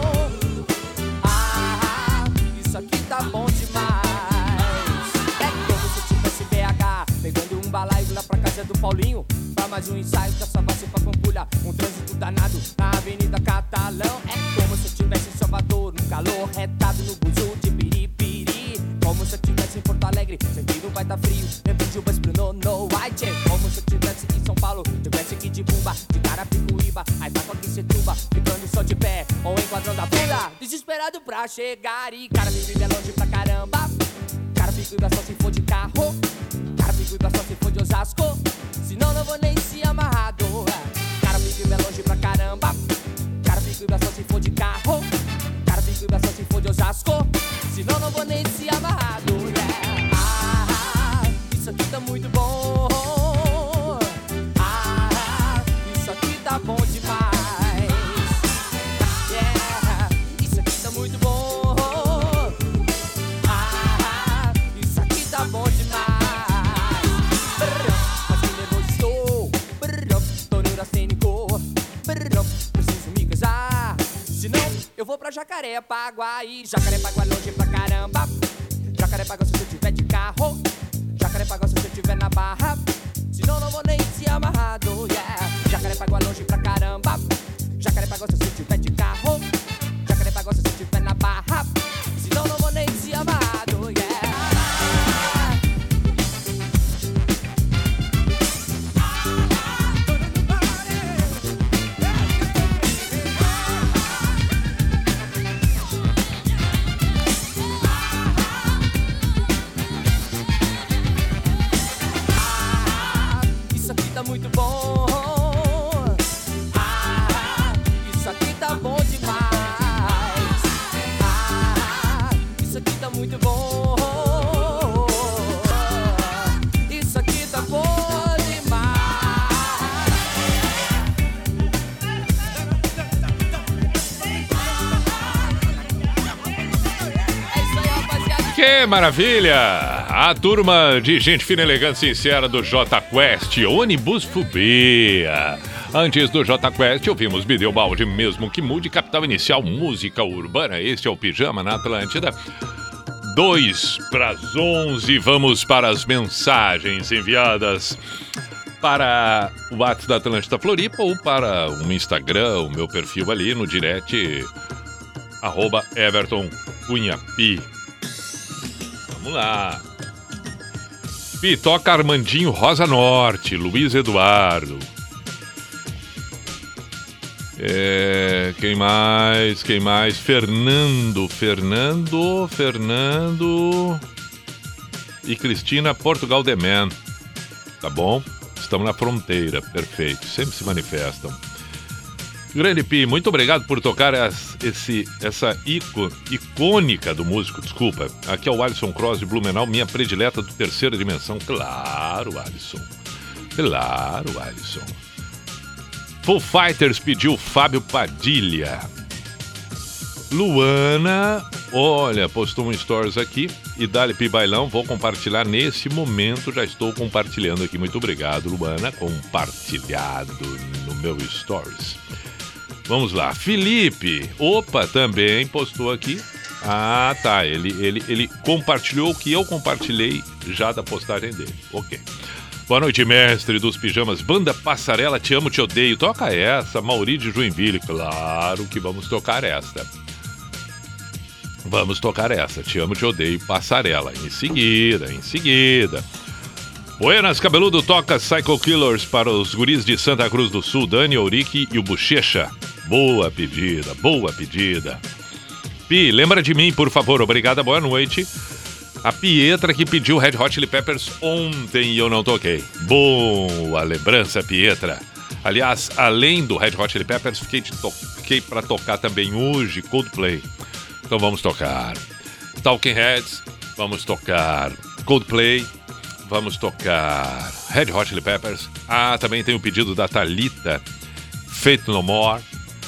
Speaker 5: Ah, isso aqui tá bom demais. É como se eu tivesse BH, pegando um balaio lá pra casa do Paulinho, pra mais um ensaio da Savassi pra Pampulha. Um trânsito danado na Avenida Catalão. É como se eu tivesse em Salvador, no calor retado no buzu de Piripiri. Como se eu tivesse em Porto Alegre, sentindo vai tá frio, lembro de Ubas pro Nono White. Como se eu tivesse em São Paulo, tivesse aqui de Bumba, de Carapicuíba, aí tá com aqui Setuba, ficando só de pé, ou enquadrando a bunda, desesperado pra chegar. E Carapicuíba é longe pra caramba. Carapicuíba só se for de carro. Carapicuíba só se for de Osasco. Senão não vou nem se amarrado. Carapicuíba é longe pra caramba. Carapicuíba só se for de carro. Carapicuíba só se for de Osasco. Senão não vou nem se amarrado, yeah. Ah, isso aqui tá muito bom. Ah, isso aqui tá bom demais, yeah. Isso aqui tá muito bom. Ah, isso aqui tá bom demais. Mas que nervoso estou. Tô neuracênico. Preciso me casar. Senão eu vou pra Jacaré. Jacarepaguá, Jacarepaguá longe pra caramba. Jacarepaguá se você tiver de carro. Jacarepaguá se você tiver na barra. Senão não vou nem se amarrado, yeah. Jacarepaguá longe pra caramba. Jacarepaguá se você tiver de carro. Jacarepaguá se você tiver na barra. Senão não vou nem se amarrado, yeah. Muito bom. Isso aqui tá bom demais. Isso aqui tá muito bom. Isso aqui tá bom demais. É isso aí, rapaziada.
Speaker 2: Que maravilha! A turma de gente fina, elegante, sincera do J Quest, ônibus Fubia. Antes do J Quest, ouvimos Bideu Balde, mesmo que mude, Capital Inicial, música urbana. Este é o Pijama na Atlântida. 10:11, vamos para as mensagens enviadas para o WhatsApp da Atlântida Floripa ou para o Instagram, o meu perfil ali no direct, @EvertonCunhaPi. Vamos lá. Pi, toca Armandinho Rosa Norte, Luiz Eduardo. Quem mais? Fernando e Cristina Portugal The Man. Tá bom? Estamos na fronteira, perfeito. Sempre se manifestam. Grande Pi, muito obrigado por tocar essa icônica do músico, desculpa. Aqui é o Alisson Cross de Blumenau, minha predileta do Terceira Dimensão. Claro, Alisson. Foo Fighters pediu Fábio Padilha. Luana, olha, postou um stories aqui. E Dali Pi Bailão, vou compartilhar nesse momento. Já estou compartilhando aqui. Muito obrigado, Luana. Compartilhado no meu stories. Vamos lá, Felipe, também postou aqui. Ah, tá, ele compartilhou o que eu compartilhei já da postagem dele, ok. Boa noite, mestre dos pijamas, Banda Passarela, Te Amo, Te Odeio, toca essa, Mauri de Joinville, claro que vamos tocar esta. Te Amo, Te Odeio, Passarela, em seguida. Buenas, cabeludo, toca Psycho Killers para os guris de Santa Cruz do Sul, Dani, Eurique e o Bochecha. Boa pedida. Pi, lembra de mim, por favor, obrigada, boa noite. A Pietra que pediu Red Hot Chili Peppers ontem e eu não toquei. Boa lembrança, Pietra. Aliás, além do Red Hot Chili Peppers, fiquei para tocar também hoje Coldplay. Então vamos tocar Talking Heads, vamos tocar Coldplay, vamos tocar Red Hot Chili Peppers. Ah, também tem o pedido da Thalita, Faith No More.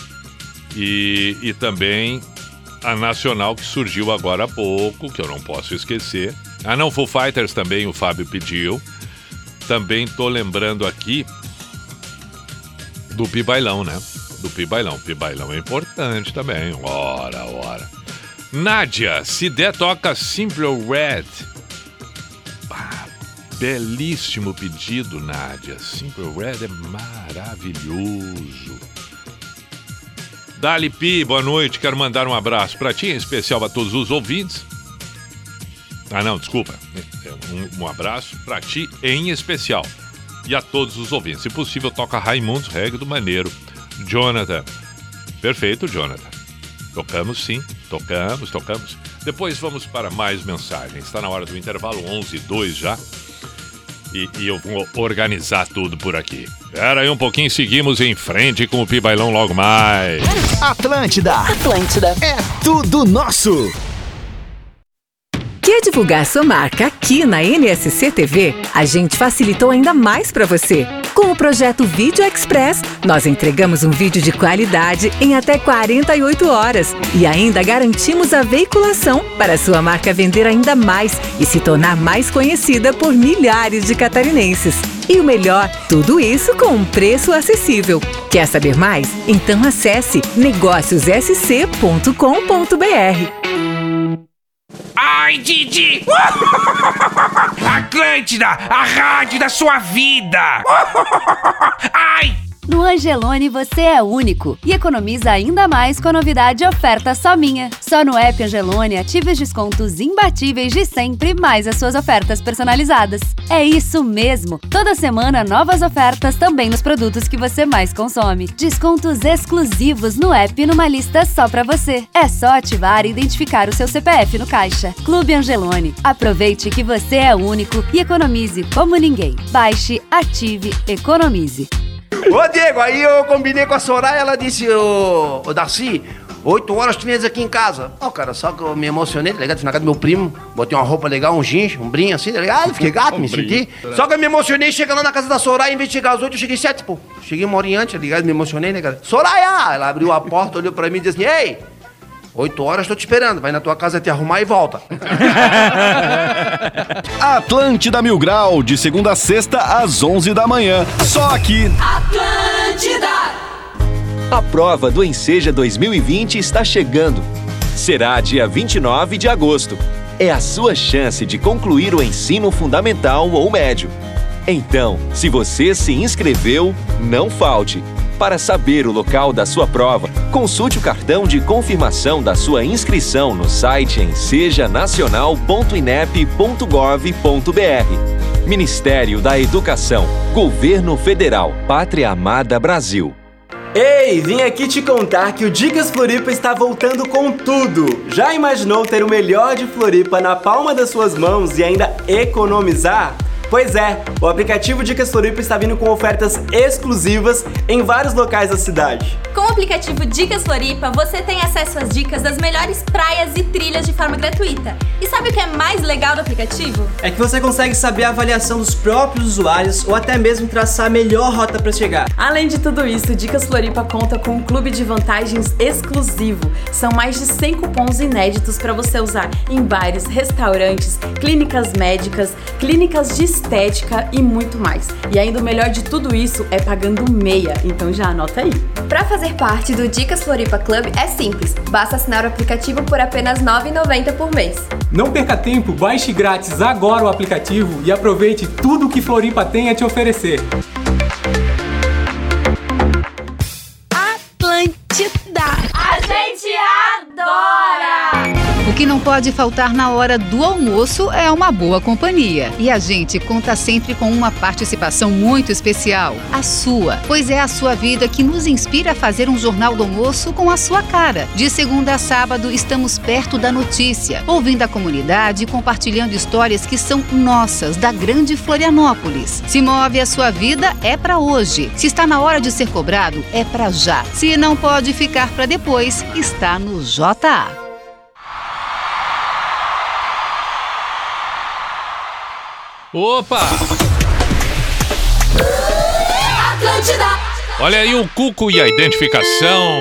Speaker 2: E também a nacional que surgiu agora há pouco, que eu não posso esquecer. Ah, não, Foo Fighters também o Fábio pediu. Também tô lembrando aqui do Pi Bailão, né? Pi Bailão é importante também. Ora. Nádia, se der, toca Simple Red. Belíssimo pedido, Nádia. Simple Red é maravilhoso. Dali Pi, boa noite. Quero mandar um abraço para ti, em especial para todos os ouvintes. Ah, não, desculpa. Um abraço para ti em especial. E a todos os ouvintes. Se possível, toca Raimundos Reggae do Maneiro. Jonathan. Perfeito, Jonathan. Tocamos sim. Tocamos. Depois vamos para mais mensagens. Está na hora do intervalo, 11:02 já. E eu vou organizar tudo por aqui. Espera aí um pouquinho, seguimos em frente com o Pi Bailão logo mais.
Speaker 9: Atlântida é tudo nosso.
Speaker 10: Quer divulgar sua marca aqui na NSC TV? A gente facilitou ainda mais para você. Com o projeto Vídeo Express, nós entregamos um vídeo de qualidade em até 48 horas e ainda garantimos a veiculação para sua marca vender ainda mais e se tornar mais conhecida por milhares de catarinenses. E o melhor, tudo isso com um preço acessível. Quer saber mais? Então acesse negóciossc.com.br.
Speaker 11: Ai, Didi! Atlântida, a rádio da sua vida! Ai!
Speaker 12: No Angelone você é único e economiza ainda mais com a novidade Oferta Só Minha. Só no app Angelone ative os descontos imbatíveis de sempre, mais as suas ofertas personalizadas. É isso mesmo! Toda semana novas ofertas também nos produtos que você mais consome. Descontos exclusivos no app numa lista só pra você. É só ativar e identificar o seu CPF no caixa. Clube Angelone. Aproveite que você é único e economize como ninguém. Baixe, ative, economize.
Speaker 13: Ô Diego, aí eu combinei com a Soraya, ela disse, ô Darcy, 8 horas tu vens aqui em casa. Ó, cara, só que eu me emocionei, tá ligado? Fui na casa do meu primo, botei uma roupa legal, um jeans, um brinho assim, tá ligado? Fiquei gato, me senti. Só que eu me emocionei, chega lá na casa da Soraya, em vez de chegar às 8, eu cheguei 7, pô. Cheguei uma hora antes, tá ligado? Me emocionei, né, cara? Soraya! Ela abriu a porta, olhou pra mim e disse assim, ei! 8 horas, tô te esperando. Vai na tua casa te arrumar e volta.
Speaker 9: Atlântida Mil Grau, de segunda a sexta, às 11 da manhã. Só aqui.
Speaker 14: Atlântida!
Speaker 15: A prova do Enseja 2020 está chegando. Será dia 29 de agosto. É a sua chance de concluir o ensino fundamental ou médio. Então, se você se inscreveu, não falte. Para saber o local da sua prova, consulte o cartão de confirmação da sua inscrição no site ensejanacional.inep.gov.br. Ministério da Educação, Governo Federal, Pátria Amada Brasil.
Speaker 16: Ei, vim aqui te contar que o Dicas Floripa está voltando com tudo. Já imaginou ter o melhor de Floripa na palma das suas mãos e ainda economizar? Pois é, o aplicativo Dicas Floripa está vindo com ofertas exclusivas em vários locais da cidade.
Speaker 17: Com o aplicativo Dicas Floripa, você tem acesso às dicas das melhores praias e trilhas de forma gratuita. E sabe o que é mais legal do aplicativo?
Speaker 16: É que você consegue saber a avaliação dos próprios usuários ou até mesmo traçar a melhor rota para chegar.
Speaker 18: Além de tudo isso, Dicas Floripa conta com um clube de vantagens exclusivo. São mais de 100 cupons inéditos para você usar em bares, restaurantes, clínicas médicas, clínicas de estética e muito mais. E ainda o melhor de tudo isso é pagando meia, então já anota aí.
Speaker 17: Para fazer parte do Dicas Floripa Club é simples, basta assinar o aplicativo por apenas R$ 9,90 por mês.
Speaker 3: Não perca tempo, baixe grátis agora o aplicativo e aproveite tudo que Floripa tem a te oferecer.
Speaker 14: Atlântida!
Speaker 17: A gente adora!
Speaker 10: O que não pode faltar na hora do almoço é uma boa companhia. E a gente conta sempre com uma participação muito especial, a sua. Pois é a sua vida que nos inspira a fazer um Jornal do Almoço com a sua cara. De segunda a sábado, estamos perto da notícia, ouvindo a comunidade e compartilhando histórias que são nossas, da grande Florianópolis. Se move a sua vida, é pra hoje. Se está na hora de ser cobrado, é pra já. Se não pode ficar pra depois, está no JA.
Speaker 2: Opa!
Speaker 14: Atlântida!
Speaker 2: Olha aí o cuco e a identificação.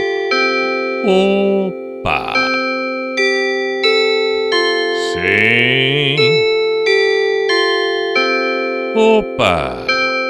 Speaker 2: Opa! Sim. Opa!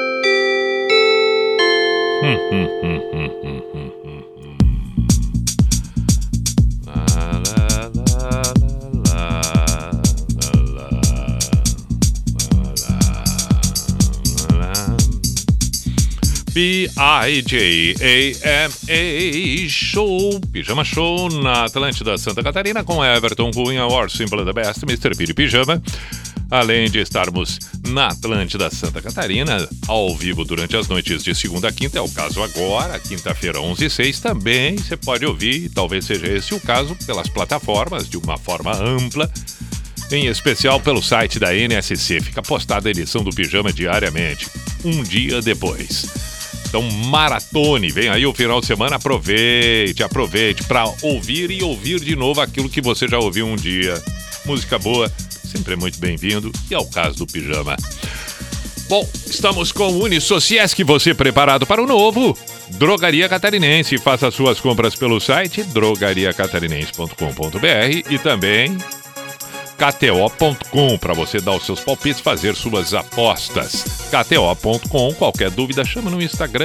Speaker 2: P-I-J-A-M-A Show, Pijama Show na Atlântida Santa Catarina com Everton Cunha, Or Simple the Best, Mr. Piri Pijama. Além de estarmos na Atlântida Santa Catarina, ao vivo durante as noites de segunda a quinta, é o caso agora, quinta-feira 11h06, também você pode ouvir, talvez seja esse o caso, pelas plataformas, de uma forma ampla, em especial pelo site da NSC. Fica postada a edição do Pijama diariamente, um dia depois. Então maratone, vem aí o final de semana, aproveite para ouvir e ouvir de novo aquilo que você já ouviu um dia. Música boa, sempre é muito bem-vindo, e é o caso do Pijama. Bom, estamos com o Unisociesc, você preparado para o novo? Drogaria Catarinense, faça suas compras pelo site drogariacatarinense.com.br e também KTO.com, para você dar os seus palpites, fazer suas apostas. KTO.com, qualquer dúvida, chama no Instagram,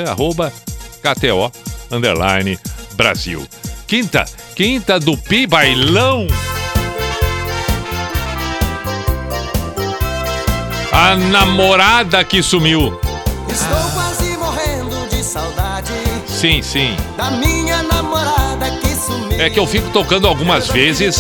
Speaker 2: @KTO_Brasil. Quinta do Pi Bailão. A namorada que sumiu.
Speaker 8: Estou quase morrendo de saudade.
Speaker 2: Sim.
Speaker 8: Da minha namorada que sumiu.
Speaker 2: É que eu fico tocando algumas vezes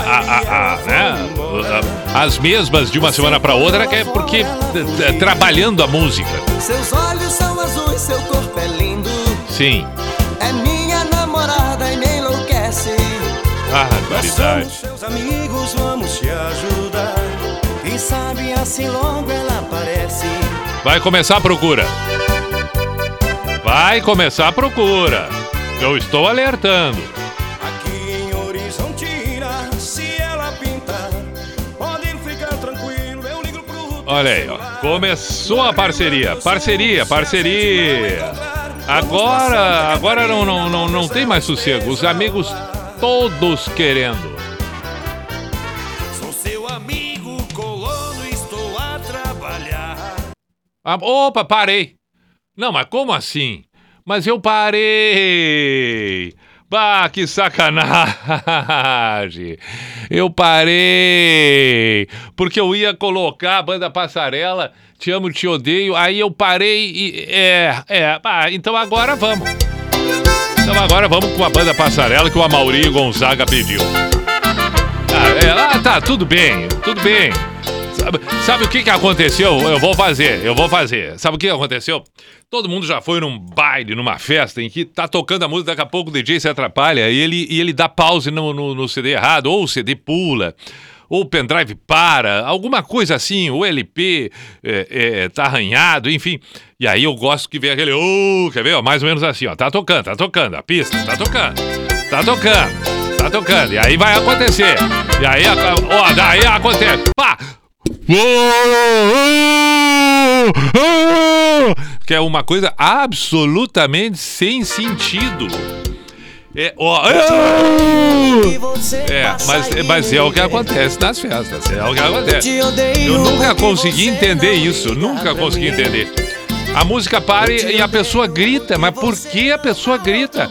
Speaker 2: as mesmas de uma semana para outra, que é porque trabalhando a música.
Speaker 8: Seus olhos são azuis, seu corpo é lindo.
Speaker 2: Sim.
Speaker 8: É minha namorada e me enlouquece.
Speaker 2: Barbaridade.
Speaker 8: Seus amigos, vamos te ajudar. Quem sabe assim logo ela aparece.
Speaker 2: Vai começar a procura. Eu estou alertando.
Speaker 8: Aqui em Horizontina, se ela pintar, pode ficar tranquilo, eu ligo pro...
Speaker 2: Olha aí, ó. Começou a parceria. Agora não tem mais sossego. Os amigos todos querendo.
Speaker 8: Sou seu amigo colono, estou a trabalhar.
Speaker 2: Opa, parei. Não, mas como assim? Mas eu parei. Bah, que sacanagem. Eu parei. Porque eu ia colocar a banda Passarela, Te Amo, Te Odeio. Aí eu parei e... então agora vamos. Com a banda Passarela que o Amaury Gonzaga pediu. Tá, tudo bem. Sabe o que aconteceu? Eu vou fazer. Sabe o que aconteceu? Todo mundo já foi num baile, numa festa em que tá tocando a música, daqui a pouco o DJ se atrapalha e ele dá pause no CD errado, ou o CD pula, ou o pendrive para, alguma coisa assim, o LP tá arranhado, enfim. E aí eu gosto que vem aquele, quer ver? Mais ou menos assim, ó, tá tocando, a pista, tá tocando. E aí vai acontecer. E aí, daí acontece. Pá! Que é uma coisa absolutamente sem sentido. Mas é o que acontece nas festas. Eu nunca consegui entender isso. A música para e a pessoa grita. Mas por que a pessoa grita?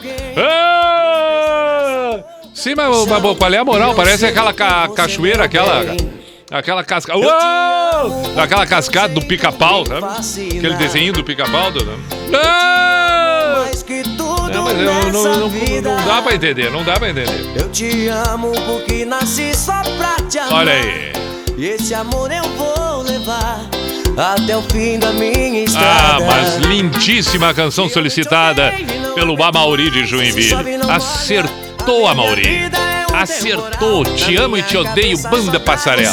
Speaker 2: Sim, mas qual é a moral? Parece aquela cachoeira, aquela cascata. Aquela cascada do Pica-Pau, sabe? Aquele desenho do Pica-Pau. Não, mas não dá pra entender,
Speaker 8: Eu te amo porque nasci só pra te amar.
Speaker 2: Olha aí.
Speaker 8: E esse amor eu vou levar até o fim da minha estrada.
Speaker 2: Mas lindíssima canção solicitada pelo Amaury de Joinville. Acertou, Amaury. Acertou. Te Amo e Te Odeio, banda Passarela.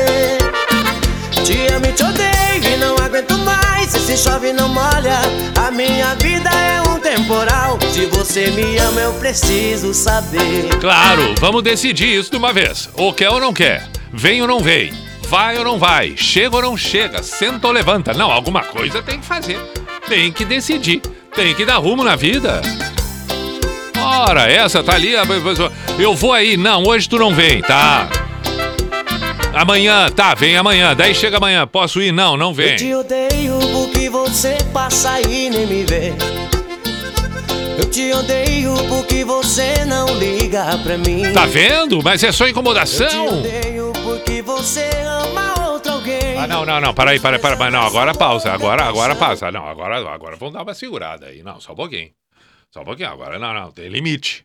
Speaker 8: Te amo e te odeio e não aguento mais. Se chove não molha, a minha vida é um temporal. Se você me ama eu preciso saber.
Speaker 2: Claro, vamos decidir isso de uma vez. Ou quer ou não quer, vem ou não vem, vai ou não vai, chega ou não chega, senta ou levanta. Não, alguma coisa tem que fazer. Tem que decidir, tem que dar rumo na vida. Ora, essa tá ali, eu vou aí. Não, hoje tu não vem, tá? Amanhã, tá, vem amanhã. Daí chega amanhã, posso ir? Não vem.
Speaker 8: Eu te odeio porque você passa e nem me vê. Eu te odeio porque você não liga pra mim.
Speaker 2: Tá vendo? Mas é só incomodação.
Speaker 8: Eu te odeio porque você ama outro alguém.
Speaker 2: Não, para aí. Não, agora pausa, agora pausa. Não, agora vamos dar uma segurada aí. Não, só um pouquinho. Agora não, tem limite.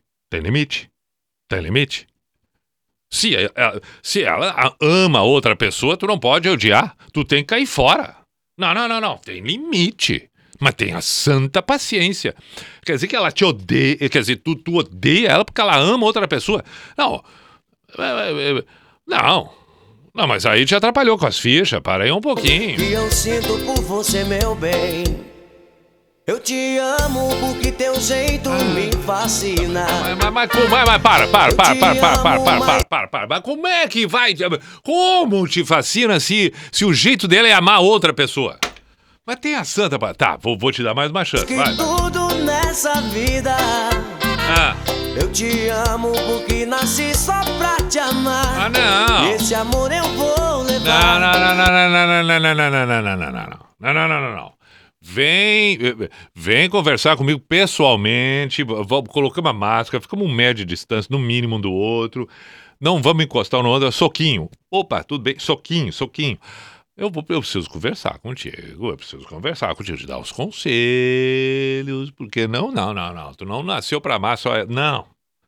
Speaker 2: Se ela ama outra pessoa, tu não pode odiar. Tu tem que cair fora. Não. Tem limite. Mas tenha santa paciência. Quer dizer que ela te odeia. Quer dizer, tu odeia ela porque ela ama outra pessoa. Não, mas aí te atrapalhou com as fichas. Para aí um pouquinho.
Speaker 8: E eu sinto por você, meu bem. Eu te amo porque teu jeito me fascina.
Speaker 2: Mas para. Mas como é que vai? Como te fascina se o jeito dele é amar outra pessoa? Mas tem a santa... Tá, vou te dar mais uma chance. Vai.
Speaker 8: Tudo nessa vida. Eu te amo porque nasci só pra te amar.
Speaker 2: Não.
Speaker 8: Esse esse amor eu vou levar.
Speaker 2: Não. Vem conversar comigo pessoalmente. Vamos colocar uma máscara, ficamos 1 metro de distância, no mínimo um do outro. Não vamos encostar um no outro. Soquinho. Opa, tudo bem. Soquinho. Eu preciso conversar contigo. Te dar os conselhos. Porque não. Tu não nasceu pra amar só. Não.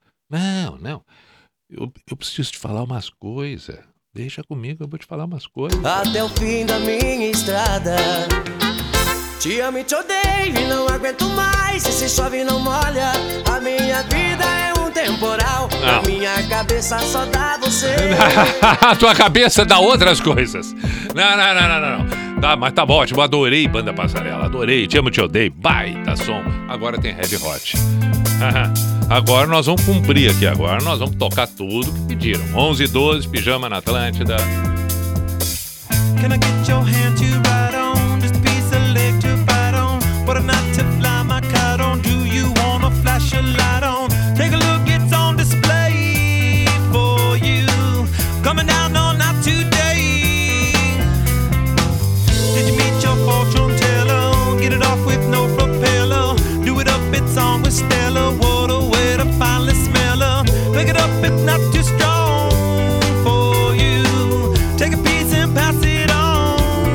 Speaker 2: Eu preciso te falar umas coisas. Deixa comigo, eu vou te falar umas coisas.
Speaker 8: Até o fim da minha estrada. Te amo e te odeio e não aguento mais. Se chove não molha, a minha vida é um temporal. Na minha cabeça só dá você.
Speaker 2: A tua cabeça dá outras coisas. Não. Tá, mas tá bom, ótimo. Adorei Banda Passarela. Adorei. Te amo, te odeio. Baita som. Agora tem Heavy Hot. Agora nós vamos cumprir aqui. Agora nós vamos tocar tudo que pediram. 11h12, Pijama na Atlântida.
Speaker 3: Can I get your hand to ride on? Just a piece of leg to bite on. What a night to fly my kite on. Do you wanna flash a light on? Take a look, it's on display for you. Coming down on night today. Did you meet your fortune teller? Get it off with no propeller. Do it up, it's on with Stella. What a way to finally smell her. Pick it up, it's not too strong for you. Take a piece and pass it on.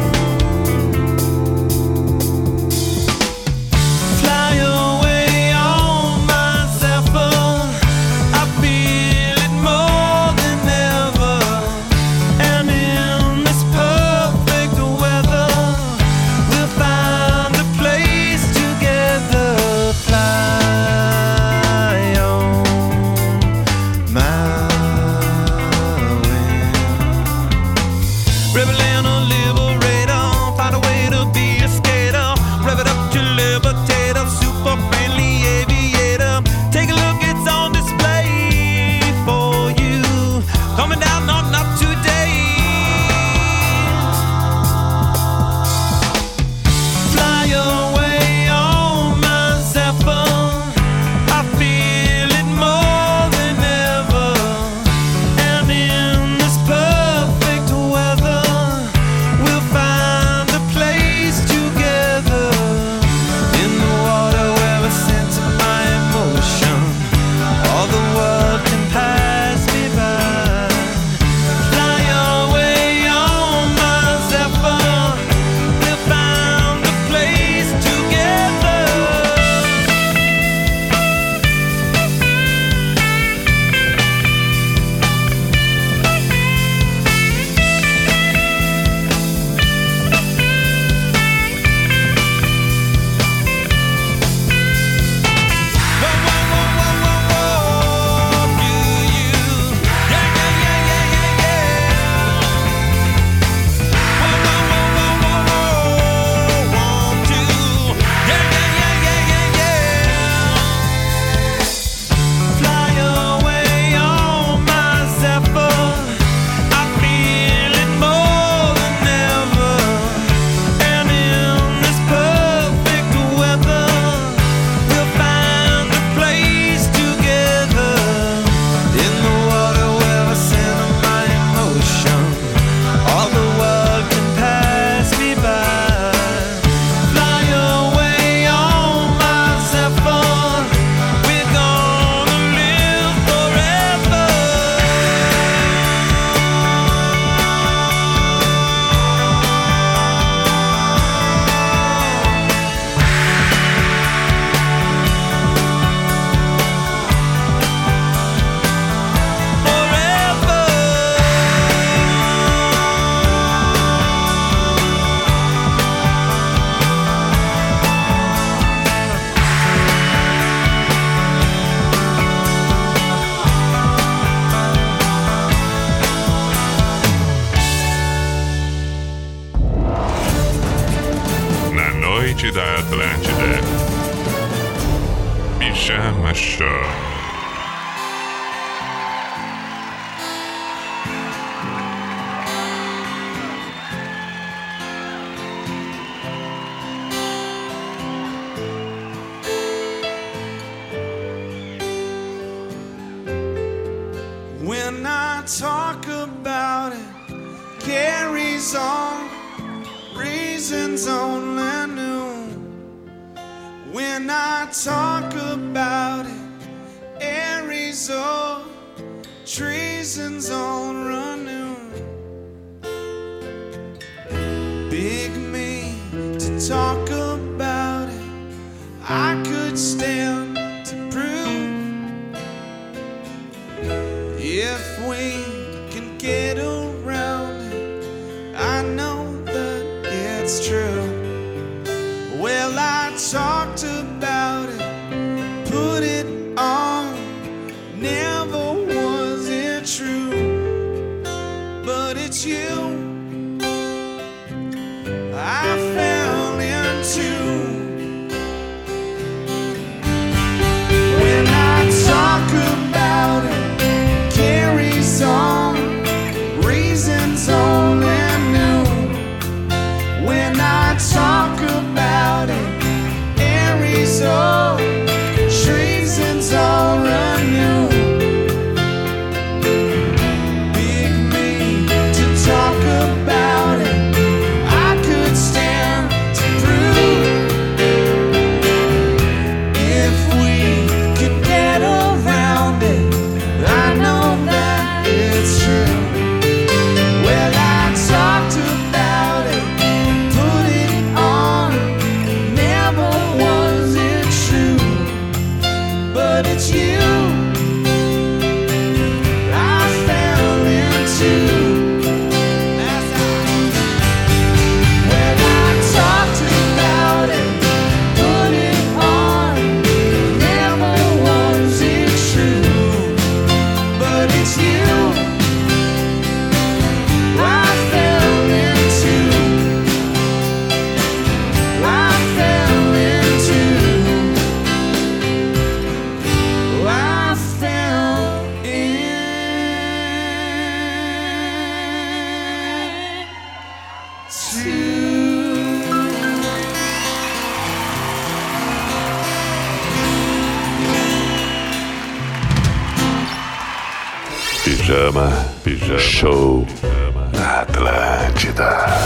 Speaker 3: Fly away on my Zephyr. I feel it more than ever. And in this perfect weather, we'll find a place together. Fly on my Rebel and a liberator, find a way to be a skater. Rev it up to liberator, super friendly aviator. Take a look, it's on display for you. Coming down on not today. Fly away on my Zephyr. I feel it more than ever. And in this perfect weather, we'll find a place together. In the water where we center my emotion, all the world can pass me by. Fly away on my Zephyr, we'll find a place together. Fly away on my Zephyr. I feel it more than ever. And in this perfect weather, we'll find a place together. In the water where I center my emotion, all the world can pass me by. Fly away on my Zephyr. We're gonna live forever.
Speaker 1: Na noite da Atlântida. Pijama Show.
Speaker 3: When I I talk about it, carries on, reasons only knew. When I talk about it, Arizona, treason's on renew. Big me to talk about it, I could stand to prove. If we can get around it, I know that it's true. Well, I talked about it, put it on, never was it true, but it's you I fell into. When I talk about it, carries on, reasons only knew. When I talk about it, Arizona, treason's all renew. Big me to talk about it, I could stand to prove. If we could get around it, I know that it's true. Well, I talked about it, put it on, never was it true, but it's you I fell into. Well, I talked about it, put it on, never was it true, but it's you I fell into. I fell into. I fell
Speaker 1: Pijama Show na Atlântida.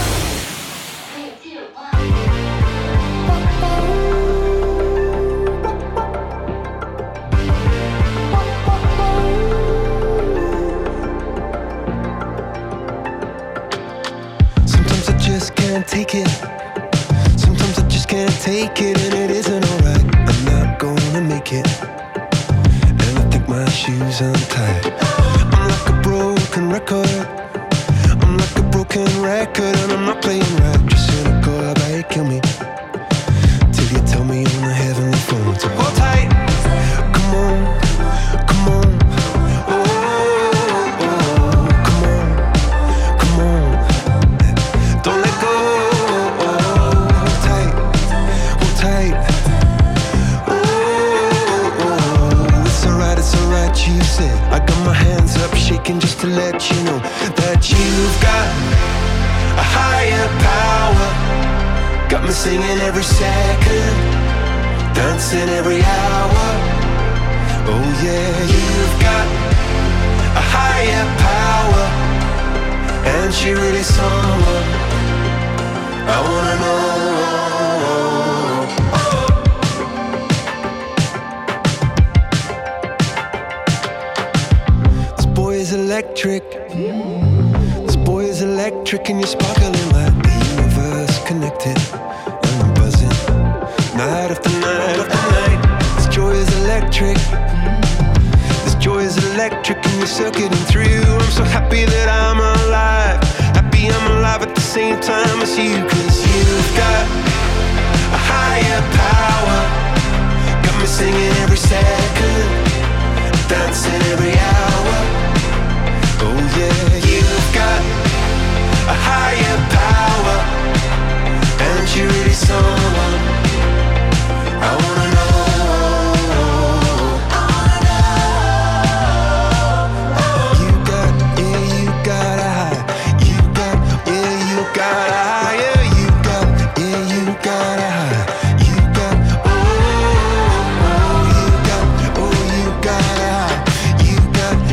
Speaker 6: Sometimes I just can't take it. Sometimes I just can't take it, and it isn't alright. I'm not gonna make it, and I think my shoes untied. I'm like a broken record. I'm like a broken record, and I'm not playing right. Just cynical, how about you kill me till you tell me on the heavenly phone. So hold tight, come on, come on. Oh, come on, come on. Don't let go. Hold tight, hold tight. Oh, it's alright, you said. I got my hands up shaking just to let you know that you've got a higher power. Got me singing every second, dancing every hour. Oh yeah, you've got a higher power, and she really someone I wanna know. This boy is electric. This boy is electric, and you're sparkling like the universe connected. And I'm buzzing night after night after night. This joy is electric. This joy is electric, and you're circuiting through. I'm so happy that I'm alive. Happy I'm alive at the same time as you. 'Cause you've got a higher power. Got me singing every second, dancing every hour. Oh yeah, you've got a higher power, and you're really someone I wanna know. You got a high. You got a high. Yeah, you got a high. You got, oh, you got a high. You got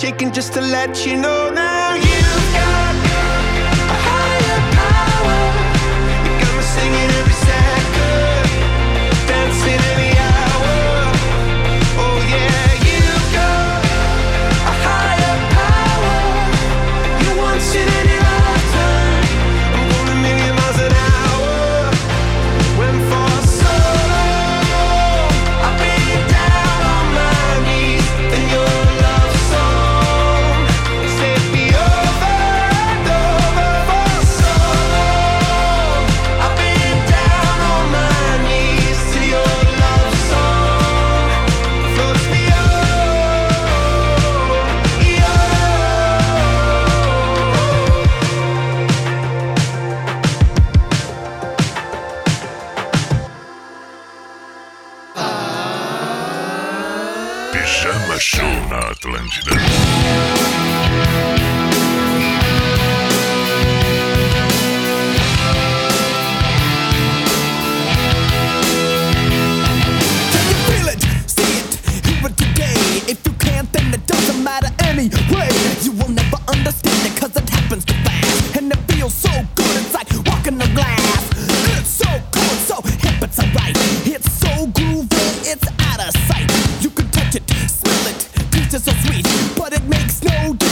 Speaker 19: shaking just to let you know now you've got a higher power. You got me singing every second, dancing every hour. Oh yeah, you've got a higher power. You once in any lifetime. I'm going a million miles an hour. When for so long I've been down on my knees in your love song. Set me over and over for so long. I've been down on my knees to your love song. Floats me
Speaker 1: Pijama Show na Atlântida.
Speaker 4: Feel it, see it, hear it today. If you can't, then it doesn't matter anyway. You will never understand it cause it happens too fast. And it feels so good, it's like walking on glass. It's so cool, so hip, it's alright. It's so groovy, it's out of sight. You can touch it, smell it, taste it so sweet. But it makes no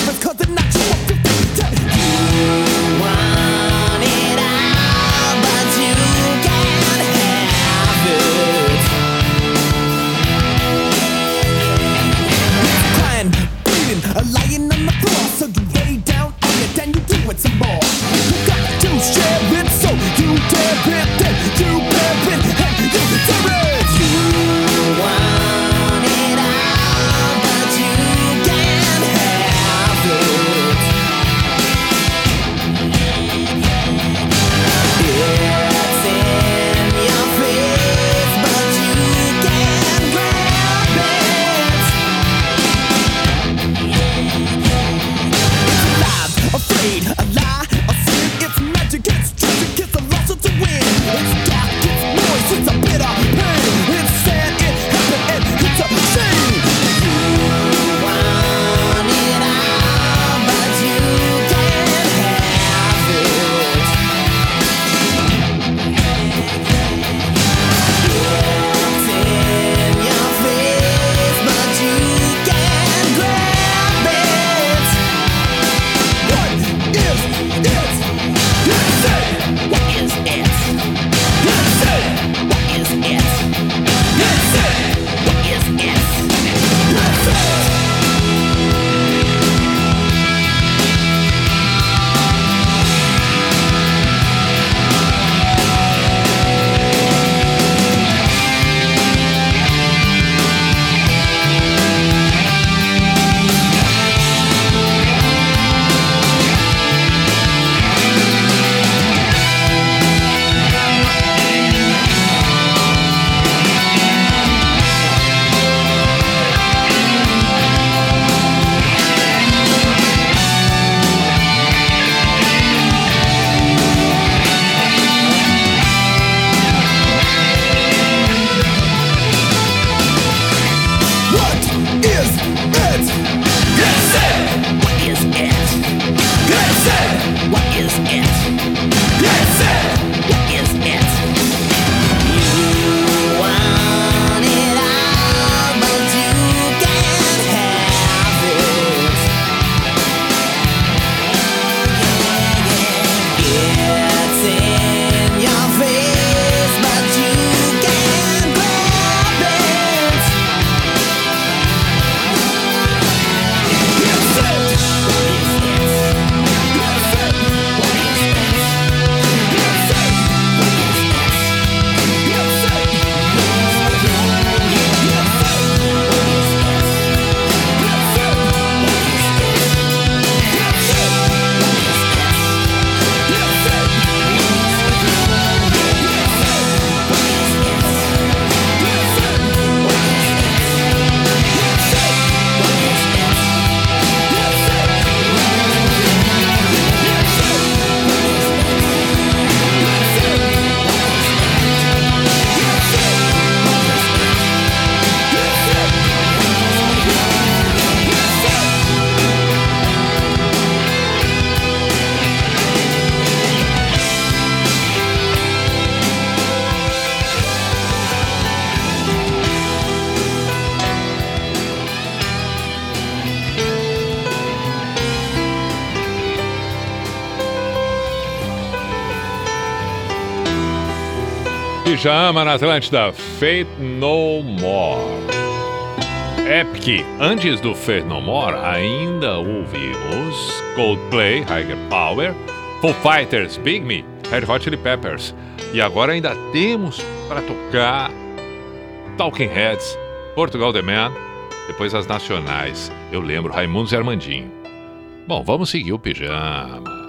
Speaker 2: Pijama na Atlântida, Faith No More. Epic, antes do Faith No More, ainda ouvimos Coldplay, Higher Power, Foo Fighters, Big Me, Red Hot Chili Peppers. E agora ainda temos para tocar Talking Heads, Portugal The Man, depois as nacionais. Eu lembro, Raimundos e Armandinho. Bom, vamos seguir o pijama.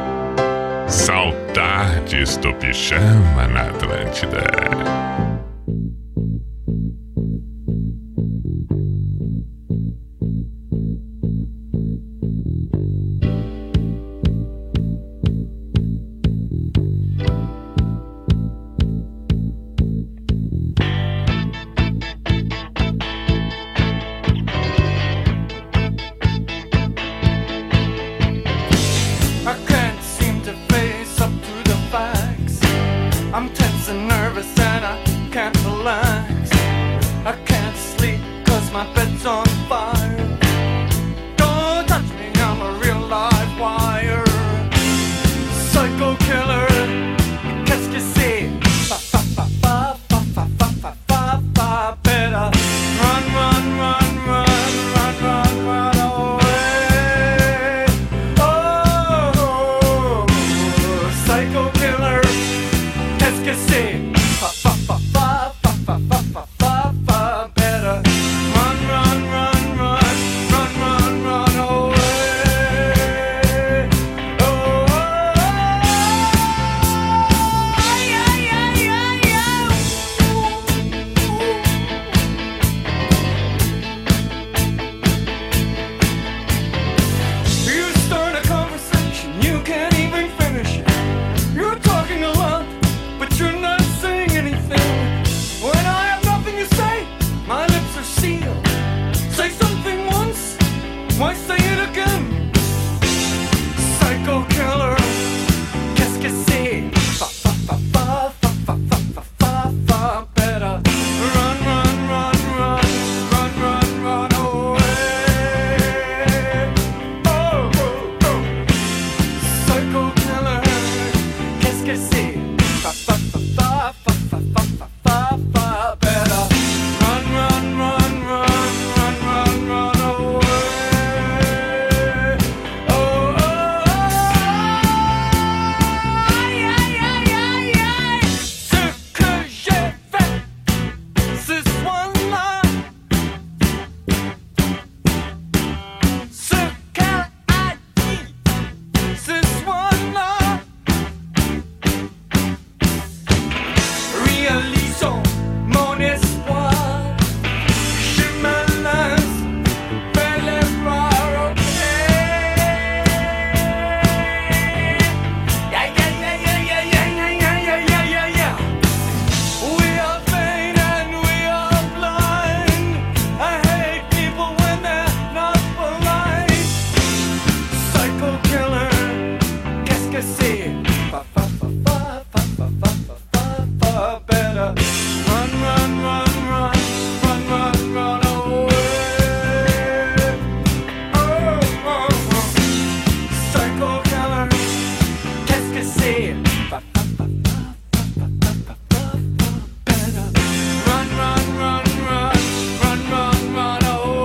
Speaker 1: Saudades do pijama na Atlântida.
Speaker 6: I can't seem to face up to the facts. I'm tense and nervous and I can't relax. I can't sleep 'cause my bed's on fire. Don't touch me, I'm a real live wire. Psycho killer, qu'est-ce que c'est? Fa fa fa fa fa fa fa fa fa fa. Better run, run, run, run, run, run, run away. Oh, psycho killer, qu'est-ce que c'est? Fa fa fa fa fa fa fa fa fa fa. Better run, run, run, run, run, run, run away. Oh, you start a conversation, you can't even finish it. You're talking a lot, but you're not saying anything. When I have nothing to say, my lips are sealed. Say something once, why say it again? Psycho killer, qu'est-ce que c'est? Fa fa fa fa fa fa fa fa fa fa. Better run, run, run, run, run, run, run away. Oh, oh, oh. Psycho killer, qu'est-ce que c'est? Fa fa fa fa fa fa fa fa fa fa. Better run, run, run, run, run, run, run away. Oh, oh, ce que j'ai fait ce soir-là, ce qu'elle a dit ce soir-là, réalisons mon espoir. Je me lance vers les bras, ok. Yeah, yeah, yeah, yeah, yeah, yeah, yeah, yeah, yeah, yeah, yeah. We are vain and we are blind. I hate people when they're not polite. Psycho killer, qu'est-ce que c'est? Fa fa fa fa fa fa fa fa fa fa. Better run, run, run, run, run, run, run away. Oh, oh, oh. Psycho killer, qu'est-ce que c'est? Fa fa fa fa fa fa fa fa fa. Better run, run, run, run, run, run, run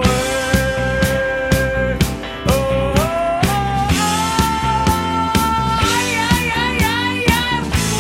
Speaker 6: away. Oh, oh, oh. Yeah, yeah, yeah, yeah.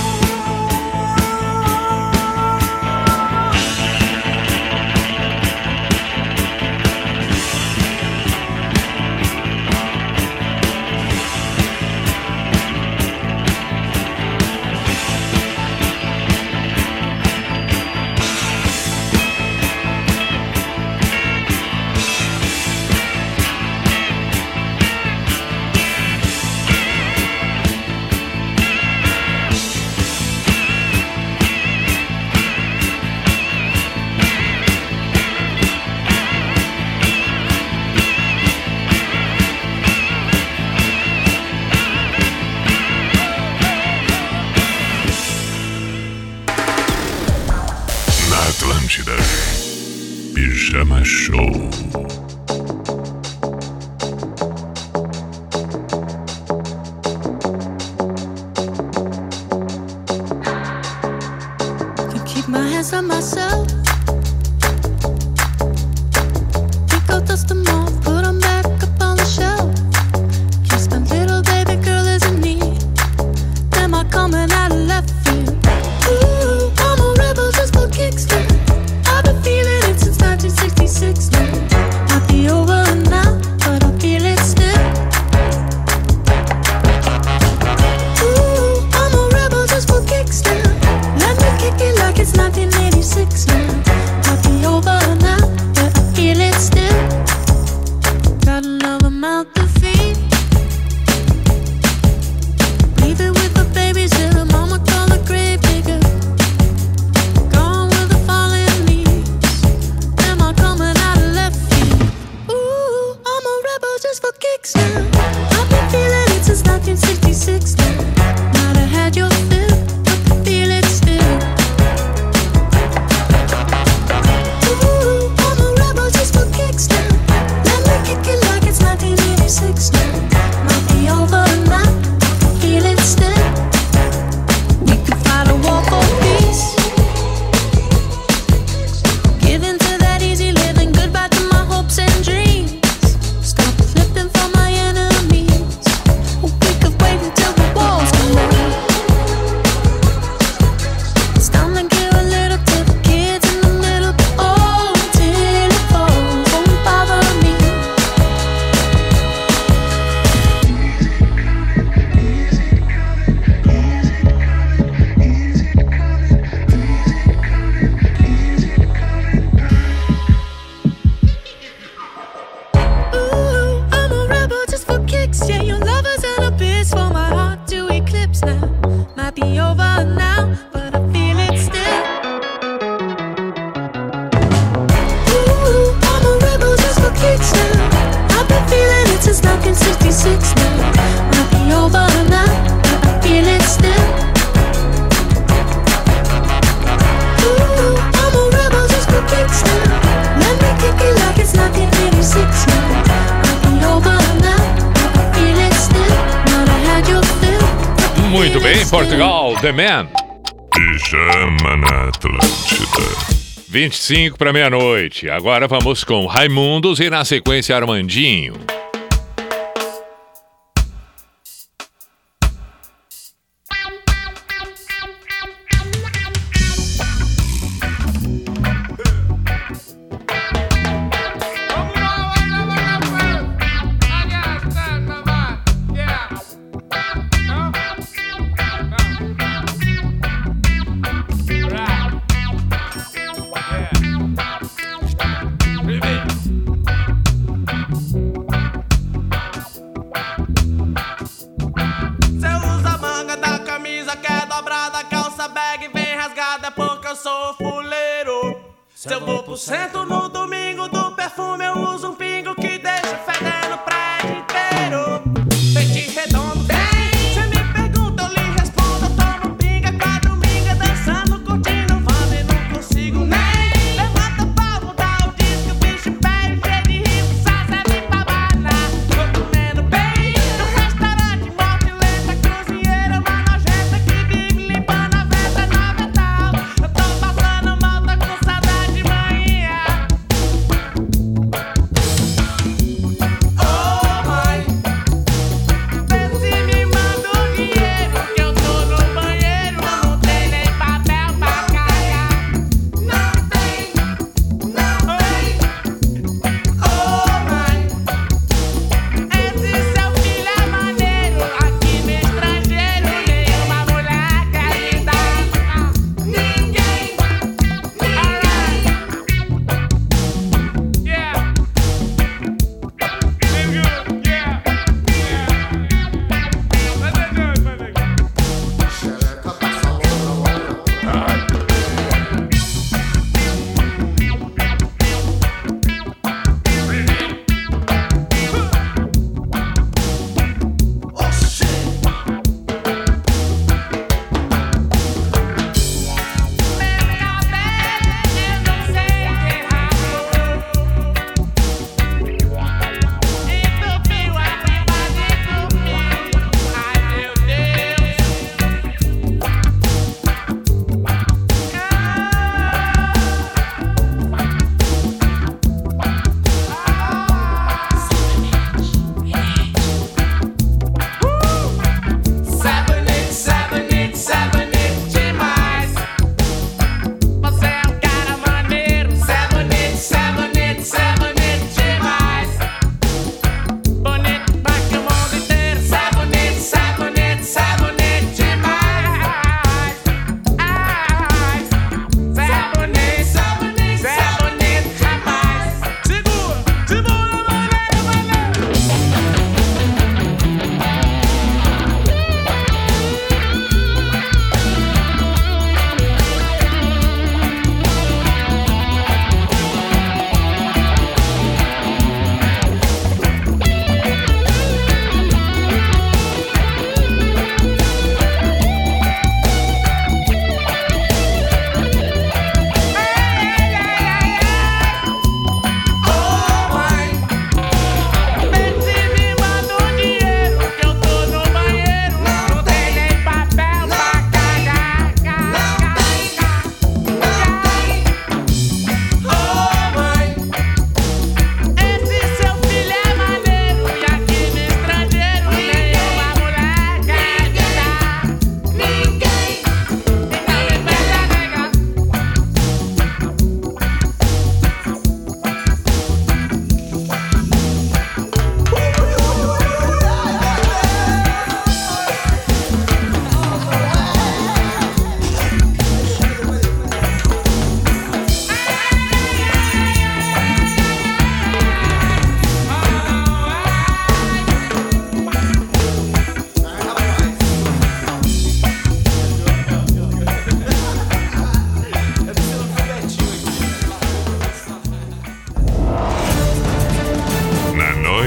Speaker 1: Na Atlântida, Pijama Show.
Speaker 14: be over now, but I feel it still. Ooh, I'm a rebel just for kicks now. I've been feeling it since 1966 now. Might be over now, but I feel it still. Ooh, I'm a rebel just for kicks now. Let me kick it like it's 1986 now. Might be over now, but I feel it still. Now I had your fill.
Speaker 2: Muito bem, Portugal, The Man.
Speaker 1: Pijama na Atlântida.
Speaker 2: 25 para meia-noite. Agora vamos com Raimundos e na sequência Armandinho.
Speaker 5: Se eu vou pro centro no domingo do perfume, eu uso um pingo que deixa fedendo o prédio inteiro. Pente redondo tem. Cê me pergunta, eu lhe respondo. Eu tomo pinga com a dominga, dançando, curtindo, vando e não consigo nem. Levanta o pau, mudar o disco, o bicho pede, cheio de ritmo, só serve pra bailar. Tô comendo bem no restaurante, morte lenta, cozinheira, uma nojenta que vive limpando a venta na metal. Eu tô passando mal, tá com saudade de manhã.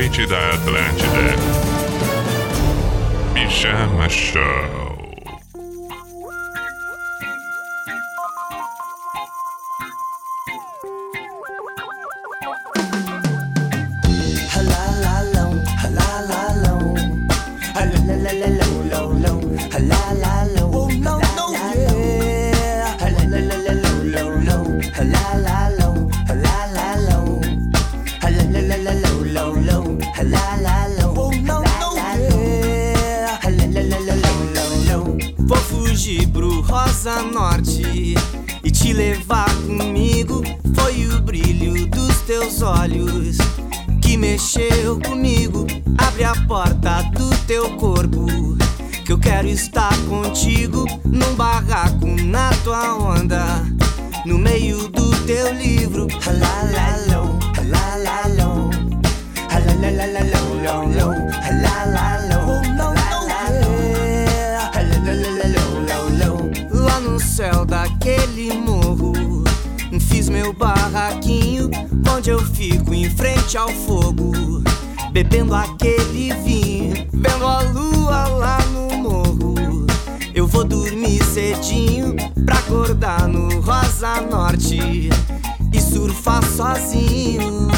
Speaker 1: site da Atlântida. Pijama Show.
Speaker 5: Vou fugir pro Rosa Norte e te levar comigo. Foi o brilho dos teus olhos que mexeu comigo. Abre a porta do teu corpo, que eu quero estar contigo. Num barraco na tua onda, no meio do teu livro. Halalalão, halalalão, halalalão, halalalão, lá no céu daquele morro fiz meu barraquinho, onde eu fico em frente ao fogo, bebendo aquele vinho, vendo a lua lá no morro. Eu vou dormir cedinho pra acordar no Rosa Norte e surfar sozinho.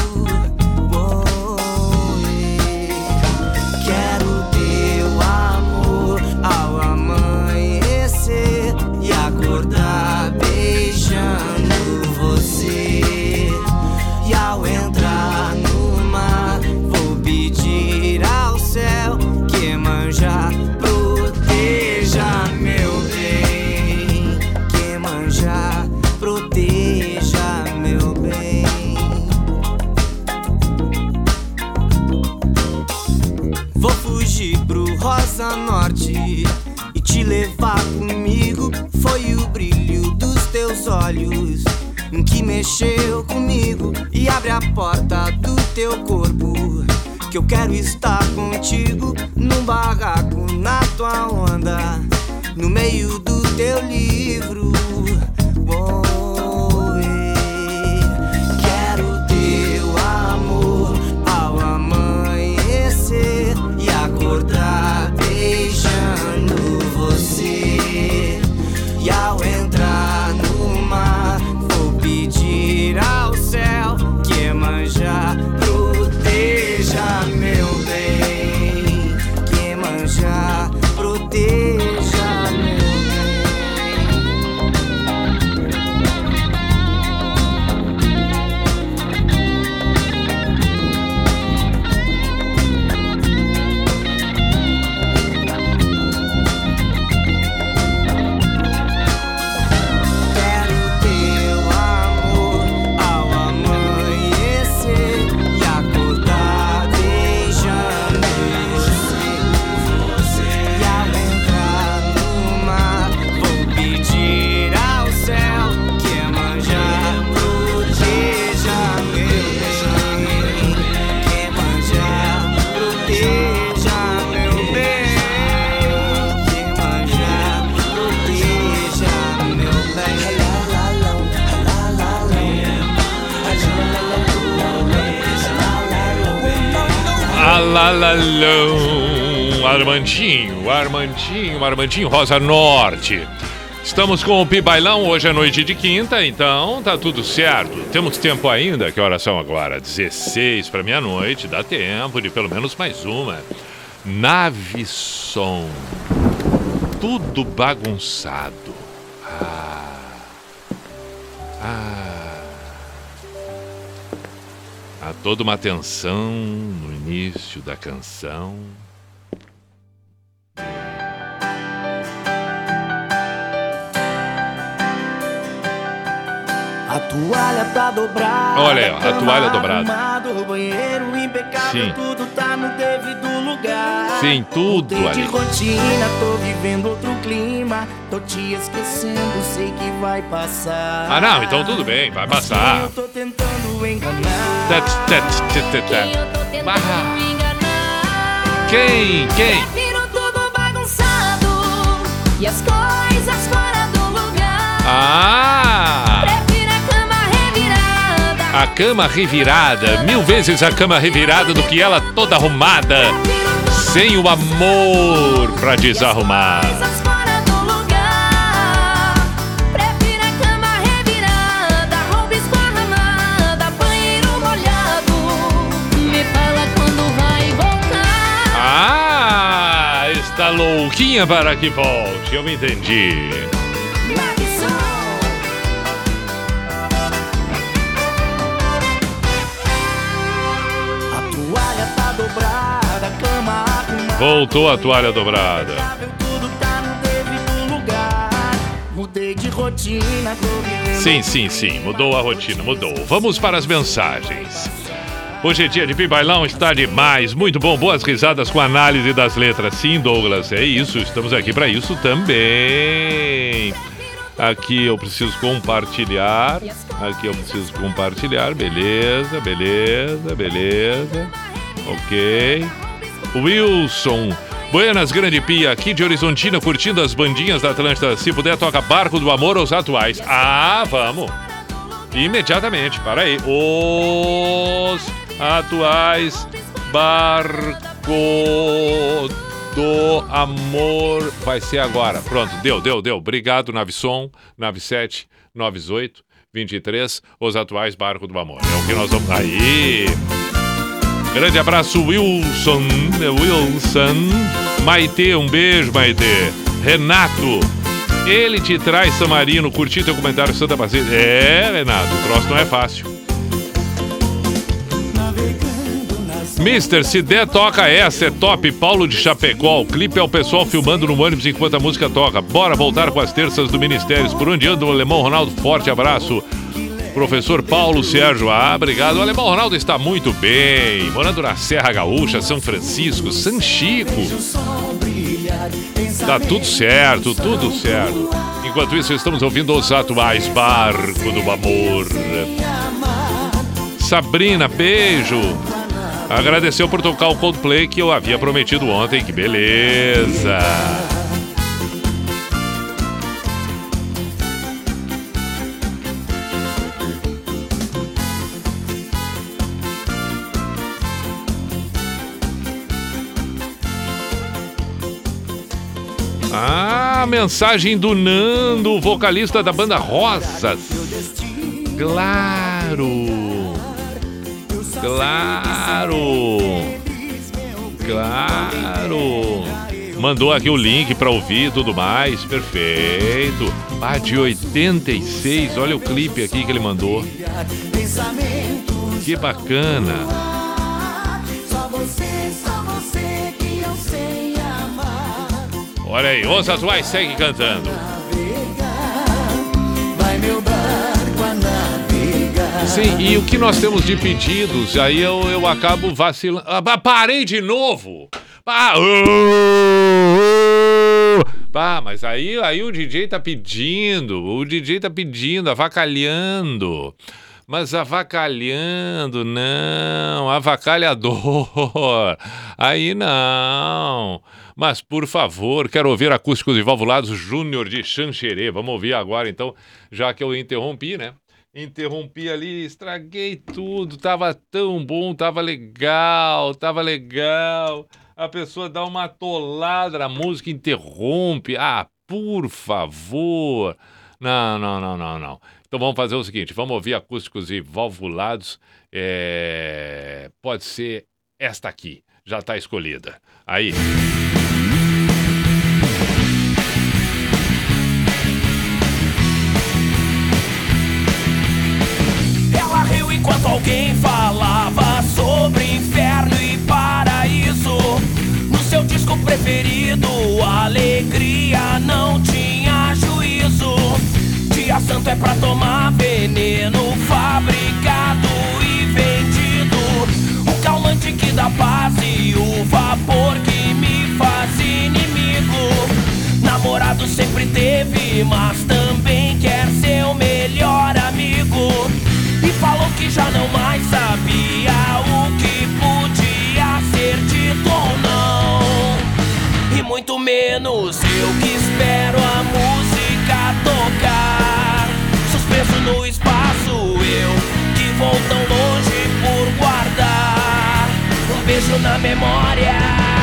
Speaker 5: Quero teu amor ao amanhecer e acordar beijando você. E ao entrar no mar vou pedir ao céu que Iemanjá proteja meu bem, que Iemanjá proteja meu bem. Vou fugir pro Rosa Norte e te levar comigo. Foi o brilho dos teus olhos que mexeu comigo. E abre a porta do teu corpo, que eu quero estar contigo. Num barraco na tua onda, no meio do teu livro. Quero teu amor ao amanhecer e acordar beijando você. E ao entrar no mar vou pedir ao céu que Iemanjá proteja meu bem, que Iemanjá proteja meu bem.
Speaker 2: Alalão, Armandinho, Rosa Norte. Estamos com o Pibailão, hoje é noite de quinta, então tá tudo certo. Temos tempo ainda, que horas são agora? 16 para meia-noite, dá tempo de pelo menos mais uma. Nave Som, tudo bagunçado. Há toda uma tensão no início da canção.
Speaker 5: A toalha tá dobrada.
Speaker 2: Olha aí, ó, a toalha dobrada.
Speaker 5: Arrumado, banheiro impecável,
Speaker 2: Sim.
Speaker 5: tudo tá no devido lugar.
Speaker 2: Sim, tudo
Speaker 5: Mudei de
Speaker 2: ali.
Speaker 5: rotina, tô vivendo outro clima. Tô te esquecendo, sei que vai passar.
Speaker 2: Ah, não, então tudo bem, vai passar.
Speaker 5: Eu tô tentando enganar.
Speaker 2: Quem?
Speaker 14: Prefiro tudo bagunçado e as coisas fora do lugar.
Speaker 2: Ah!
Speaker 14: Prefiro a cama revirada
Speaker 2: A cama revirada, 1000 vezes a cama revirada do que ela toda arrumada, sem o amor pra desarrumar.
Speaker 14: Fora do lugar, prefiro a cama revirada, roupa esparramada, banheiro molhado. Me fala quando vai voltar.
Speaker 2: Ah, está louquinha para que volte, eu me entendi.
Speaker 14: A toalha tá dobrada, a cama arrumada.
Speaker 2: Voltou a toalha dobrada.
Speaker 14: Tudo tá no devido lugar. Mudei de rotina,
Speaker 2: Sim, mudou a rotina, mudou. Vamos para as mensagens. Hoje é dia de Pibailão, está demais, muito bom, boas risadas com análise das letras. Sim, Douglas, é isso, estamos aqui para isso também. Aqui eu preciso compartilhar, beleza. Ok. Wilson, Buenas, Grande Pia, aqui de Horizontina, curtindo as bandinhas da Atlântida. Se puder, toca Barco do Amor aos Atuais. Ah, vamos. Imediatamente, para aí. Os Atuais, Barco do Amor. Vai ser agora. Pronto, deu. Obrigado, Navisson, 979823, Os Atuais, Barco do Amor. É o que nós vamos... Aí. Grande abraço, Wilson. Maitê, um beijo, Maitê. Renato, ele te traz San Marino. Curti teu comentário, Santa Basília. É, Renato, o troço não é fácil. Mister, se der, toca essa, é top. Paulo de Chapecó, o clipe é o pessoal filmando no ônibus enquanto a música toca. Bora voltar com as terças do Ministérios. Por onde anda o Alemão Ronaldo? Forte abraço. Professor Paulo Sérgio, obrigado. O Alemão Ronaldo está muito bem, morando na Serra Gaúcha, São Francisco, San Chico. Tá tudo certo. Enquanto isso, estamos ouvindo Os Atuais, Barco do Amor. Sabrina, beijo. Agradeceu por tocar o Coldplay que eu havia prometido ontem, que beleza. Ah, mensagem do Nando, vocalista da banda Rosas. Claro. Mandou aqui o link pra ouvir e tudo mais. Perfeito. Ah, de 86. Olha o clipe aqui que ele mandou. Que bacana.
Speaker 14: Só você que eu sei amar.
Speaker 2: Olha aí, Os Atuais segue cantando.
Speaker 14: Vai meu barco a navegar.
Speaker 2: Sim, e o que nós temos de pedidos? Aí eu acabo vacilando. Parei de novo! Mas aí o DJ tá pedindo. Avacalhando. Mas avacalhando, não. Avacalhador. Aí não. Mas, por favor, quero ouvir Acústicos e Valvulados, Júnior de Xanxerê. Vamos ouvir agora, então, já que eu interrompi, né? Interrompi ali, estraguei tudo. Tava tão bom, tava legal. A pessoa dá uma atolada na música, interrompe. Ah, por favor. Não. Então vamos fazer o seguinte, vamos ouvir Acústicos e Valvulados. Pode ser esta aqui, já está escolhida. Aí.
Speaker 5: Ela riu enquanto alguém falava sobre inferno e paraíso. No seu disco preferido, alegria não tinha juízo. Dia santo é pra tomar veneno, fabricado e vendido. O calmante que dá paz e o vapor que me faz inimigo. Namorado sempre teve, mas também quer ser o melhor amigo. E falou que já não mais sabia o que podia ser dito ou não. E muito menos eu que espero a música tocar. Suspenso no espaço, eu que vou tão longe por guardar um beijo na memória.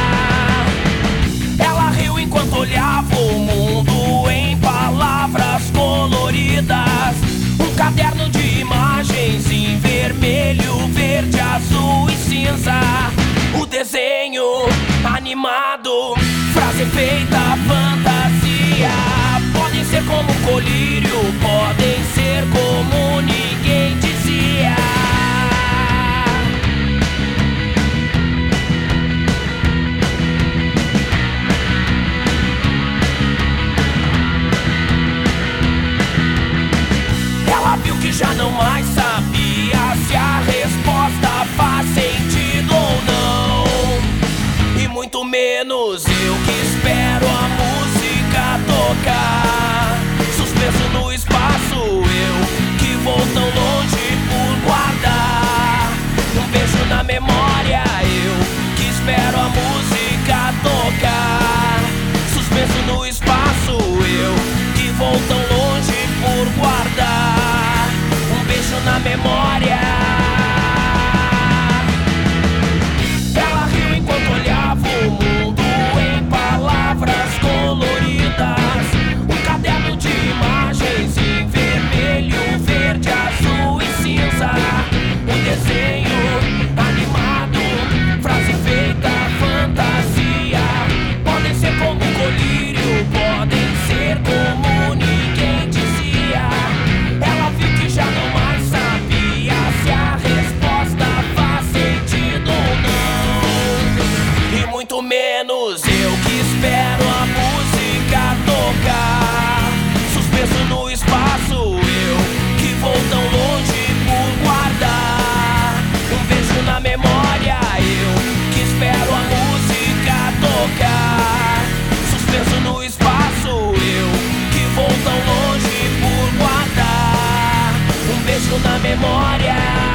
Speaker 5: Ela riu enquanto olhava o mundo em palavras coloridas. Um caderno de imagens em vermelho, verde, azul e cinza. O desenho animado, frase feita, fantasia. Podem ser como colírio, podem ser como ninguém dizia. Ela viu que já não mais sabia se a resposta faz sentido ou não. E muito menos eu que espero a música tocar. Suspenso no espaço, eu que vou tão longe por guardar um beijo na memória. Eu que espero a música tocar. Suspenso no espaço, eu que vou tão longe por guardar um beijo na memória. Ela riu enquanto olhava o mundo em palavras coloridas. Um caderno de imagens em vermelho, verde, azul e cinza. Um desenho animado, frase feita, fantasia. Podem ser como colírio, podem ser como ninguém dizia. Ela viu que já não mais sabia se a resposta faz sentido ou não. E muito menos eu que espero a música tocar. Suspenso no espaço, eu que vou tão longe por guardar um beijo na memória. Eu que espero a música tocar. Suspenso no espaço, eu que vou tão longe por guardar um beijo na memória.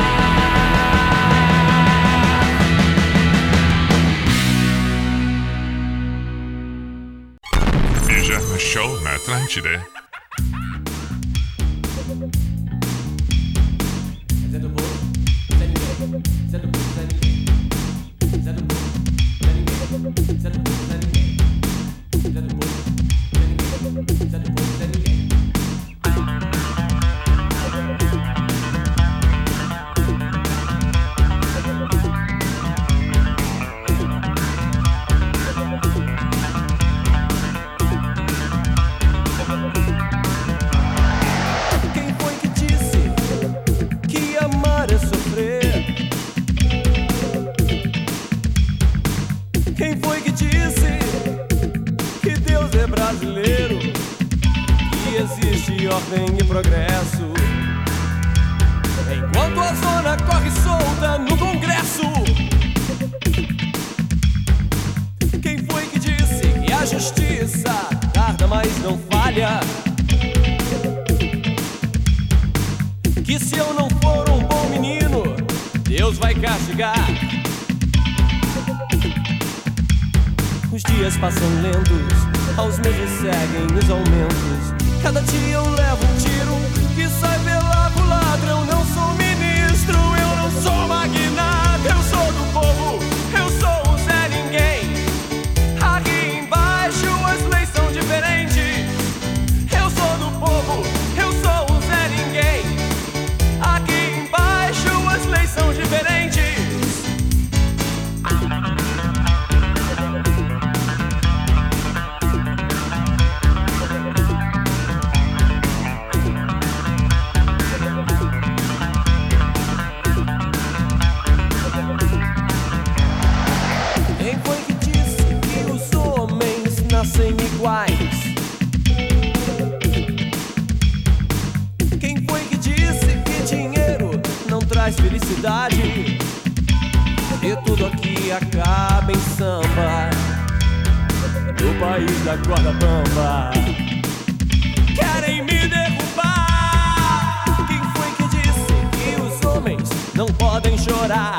Speaker 1: Pijama Show na Atlântida.
Speaker 3: Quem foi que disse que amar é sofrer? Quem foi que disse que Deus é brasileiro? Que existe ordem e progresso, enquanto a zona corre solta no Congresso. Quem foi que disse que a justiça tarda, mas não falha? Que se eu não for um bom menino, Deus vai castigar. Os dias passam lentos, aos meses seguem os aumentos. Cada dia eu levo um tiro que sai pela culatra. Eu não sou ministro, eu não sou magnata. Eu sou do povo, eu sou o Zé Ninguém. Aqui embaixo as leis são diferentes. Eu sou do povo, eu sou o Zé Ninguém. Aqui embaixo as leis são diferentes. Quem foi que disse que os homens nascem iguais? Quem foi que disse que dinheiro não traz felicidade? E tudo aqui acaba em samba, no país da corda bamba. Querem me derrubar. Quem foi que disse que os homens não podem chorar?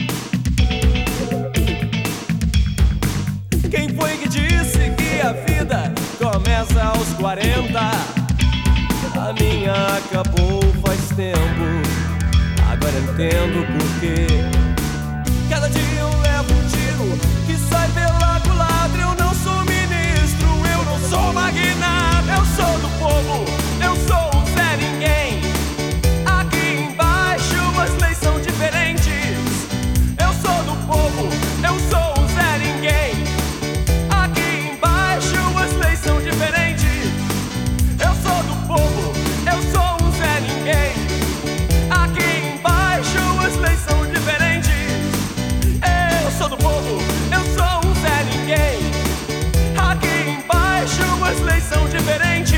Speaker 3: Quem foi que disse que a vida começa aos 40? A minha acabou faz tempo.
Speaker 5: agora entendo por quê. Cada dia eu levo um tiro que sai pela culatra. Eu não sou ministro, eu não sou magnata. Eu sou do povo, eu sou o Zé Ninguém. Aqui embaixo as leis são diferentes. Eu sou do povo, eu sou o Zé Ninguém. Aqui embaixo as leis são diferentes. Eu sou do povo, eu sou o Zé Ninguém. Aqui embaixo as leis são diferentes. Eu sou do povo, eu sou o Zé Ninguém. Aqui embaixo as leis são diferentes.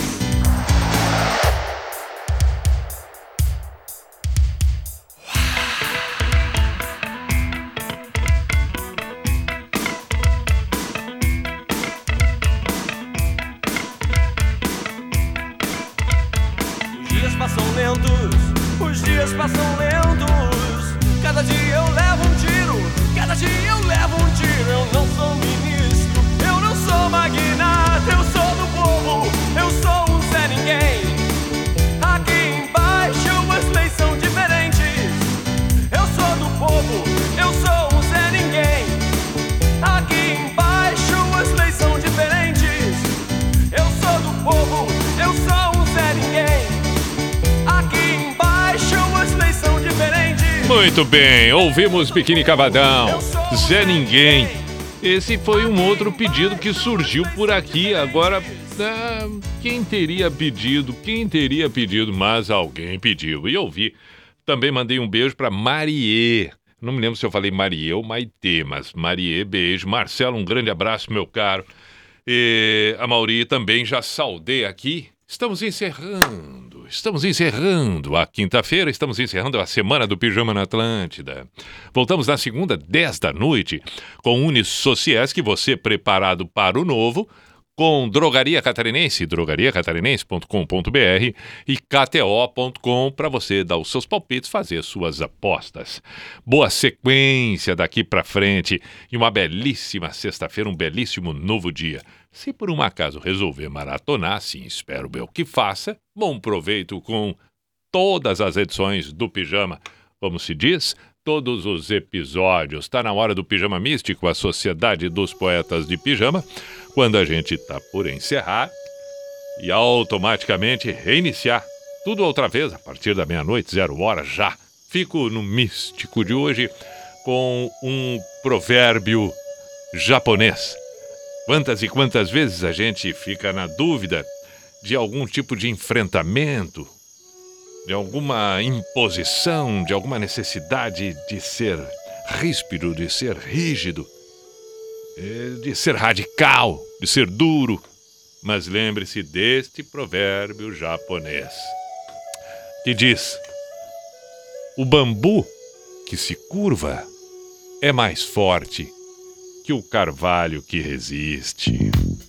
Speaker 5: Os dias passam lentos, os dias passam lentos. Cada dia eu levo um tiro, cada dia eu levo um tiro. Eu não sou ministro, eu não sou magnata. Eu sou do povo, eu sou um Zé Ninguém. Aqui embaixo as leis são diferentes. Eu sou do povo, eu sou um Zé Ninguém. Aqui embaixo as leis são diferentes. Eu sou do povo, eu sou um Zé Ninguém. Aqui embaixo as leis são diferentes.
Speaker 2: Muito bem, ouvimos Biquíni Cavadão, Zé Ninguém. Esse foi um outro pedido que surgiu por aqui. Agora, quem teria pedido? Mas alguém pediu. E eu vi. Também mandei um beijo para Marie. Não me lembro se eu falei Marie ou Maitê, mas Marie, beijo. Marcelo, um grande abraço, meu caro. E a Mauri também já saudei aqui. Estamos encerrando a quinta-feira, estamos encerrando a semana do Pijama na Atlântida. Voltamos na segunda, 10 da noite, com Unisociesc, você preparado para o novo, com Drogaria Catarinense, drogariacatarinense.com.br e KTO.com para você dar os seus palpites, fazer suas apostas. Boa sequência daqui para frente e uma belíssima sexta-feira, um belíssimo novo dia. Se por um acaso resolver maratonar, sim, espero eu que faça, bom proveito com todas as edições do Pijama. Como se diz, todos os episódios. Está na hora do Pijama Místico, a Sociedade dos Poetas de Pijama, quando a gente está por encerrar e automaticamente reiniciar tudo outra vez, a partir da meia-noite, 0 hora já. Fico no místico de hoje com um provérbio japonês. Quantas e quantas vezes a gente fica na dúvida de algum tipo de enfrentamento, de alguma imposição, de alguma necessidade de ser ríspido, de ser rígido, de ser radical, de ser duro. Mas lembre-se deste provérbio japonês, que diz: o bambu que se curva é mais forte que o carvalho que resiste.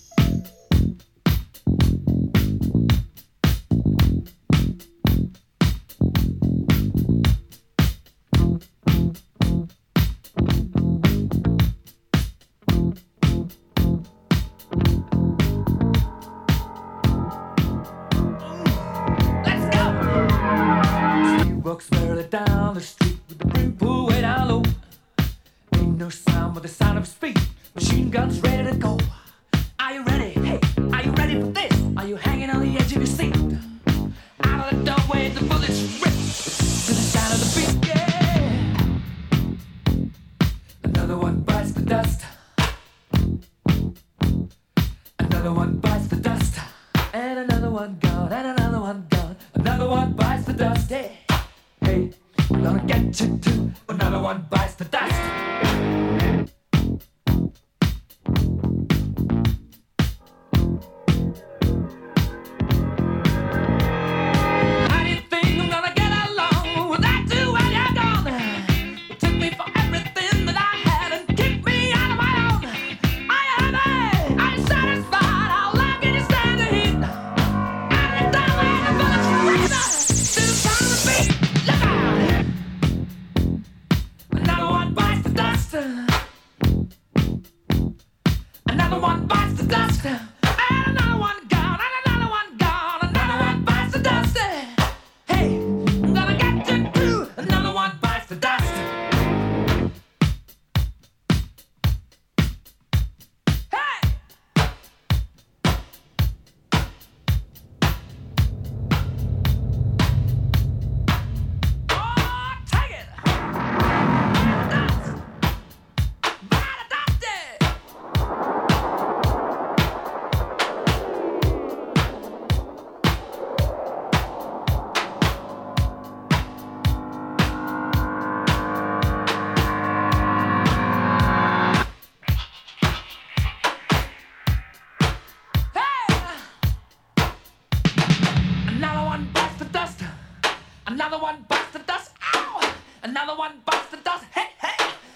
Speaker 5: Walks barely down the street with the brim pulled way down low. Ain't no sound but the sound of his feet. Machine guns ready to go. Are you ready? Hey, are you ready for this? Are you hanging on the edge of your seat? Out of the doorway, the bullets rip to the sound of the beat. Yeah. Another one bites the dust. Another one bites the dust. And another one gone. And another one gone. Another one bites the dust. Hey. Hey, I'm gonna get you too. Another one bites the dust. How do you think I'm gonna get along without you when you're gone? You took me for everything that I had and kicked me out of my own. Are you happy? Are you satisfied? How long can you stand the heat? Out of the doorway, the bullets rip to the sound of the beat. Look out! Another one bites the dust. Another one bites the dust. And another one gone. And another one gone. Another one bites the dust. Hey, I'm gonna get you too.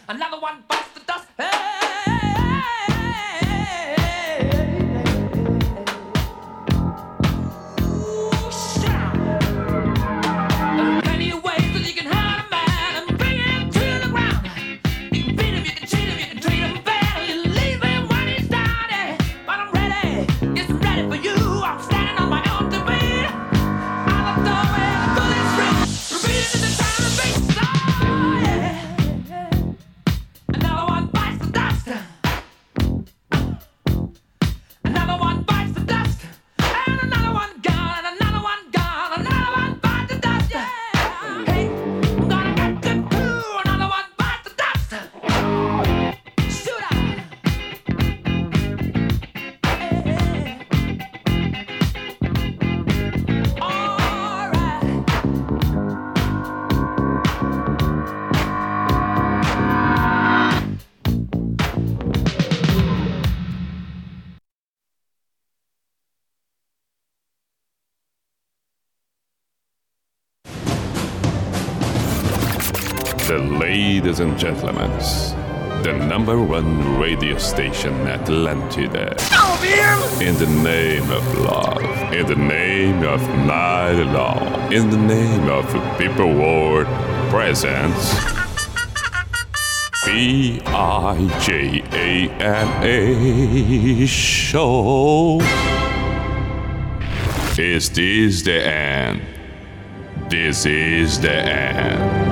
Speaker 3: Another one bites the dust. Plenty of ways that you can hurt a man and bring him to the ground. You can beat him, you can cheat him, you can treat him bad, or you leave him when he's down. But I'm ready, yes, I'm ready for you. I'm standing on my own to beat. I'm a door where the bullets ring. Repeating in the time and beat. Another one bites the dust. Another one bites the dust. And another one gone, and another one gone, another one bites the dust. Hey, I'm gonna get them too. Another one bites the dust. Shoot out. All right.
Speaker 1: The ladies and gentlemen, the number one radio station Atlantida. In the name of love, in the name of night long, in the name of people world presents PIJANA show. Is this the end? This is the end.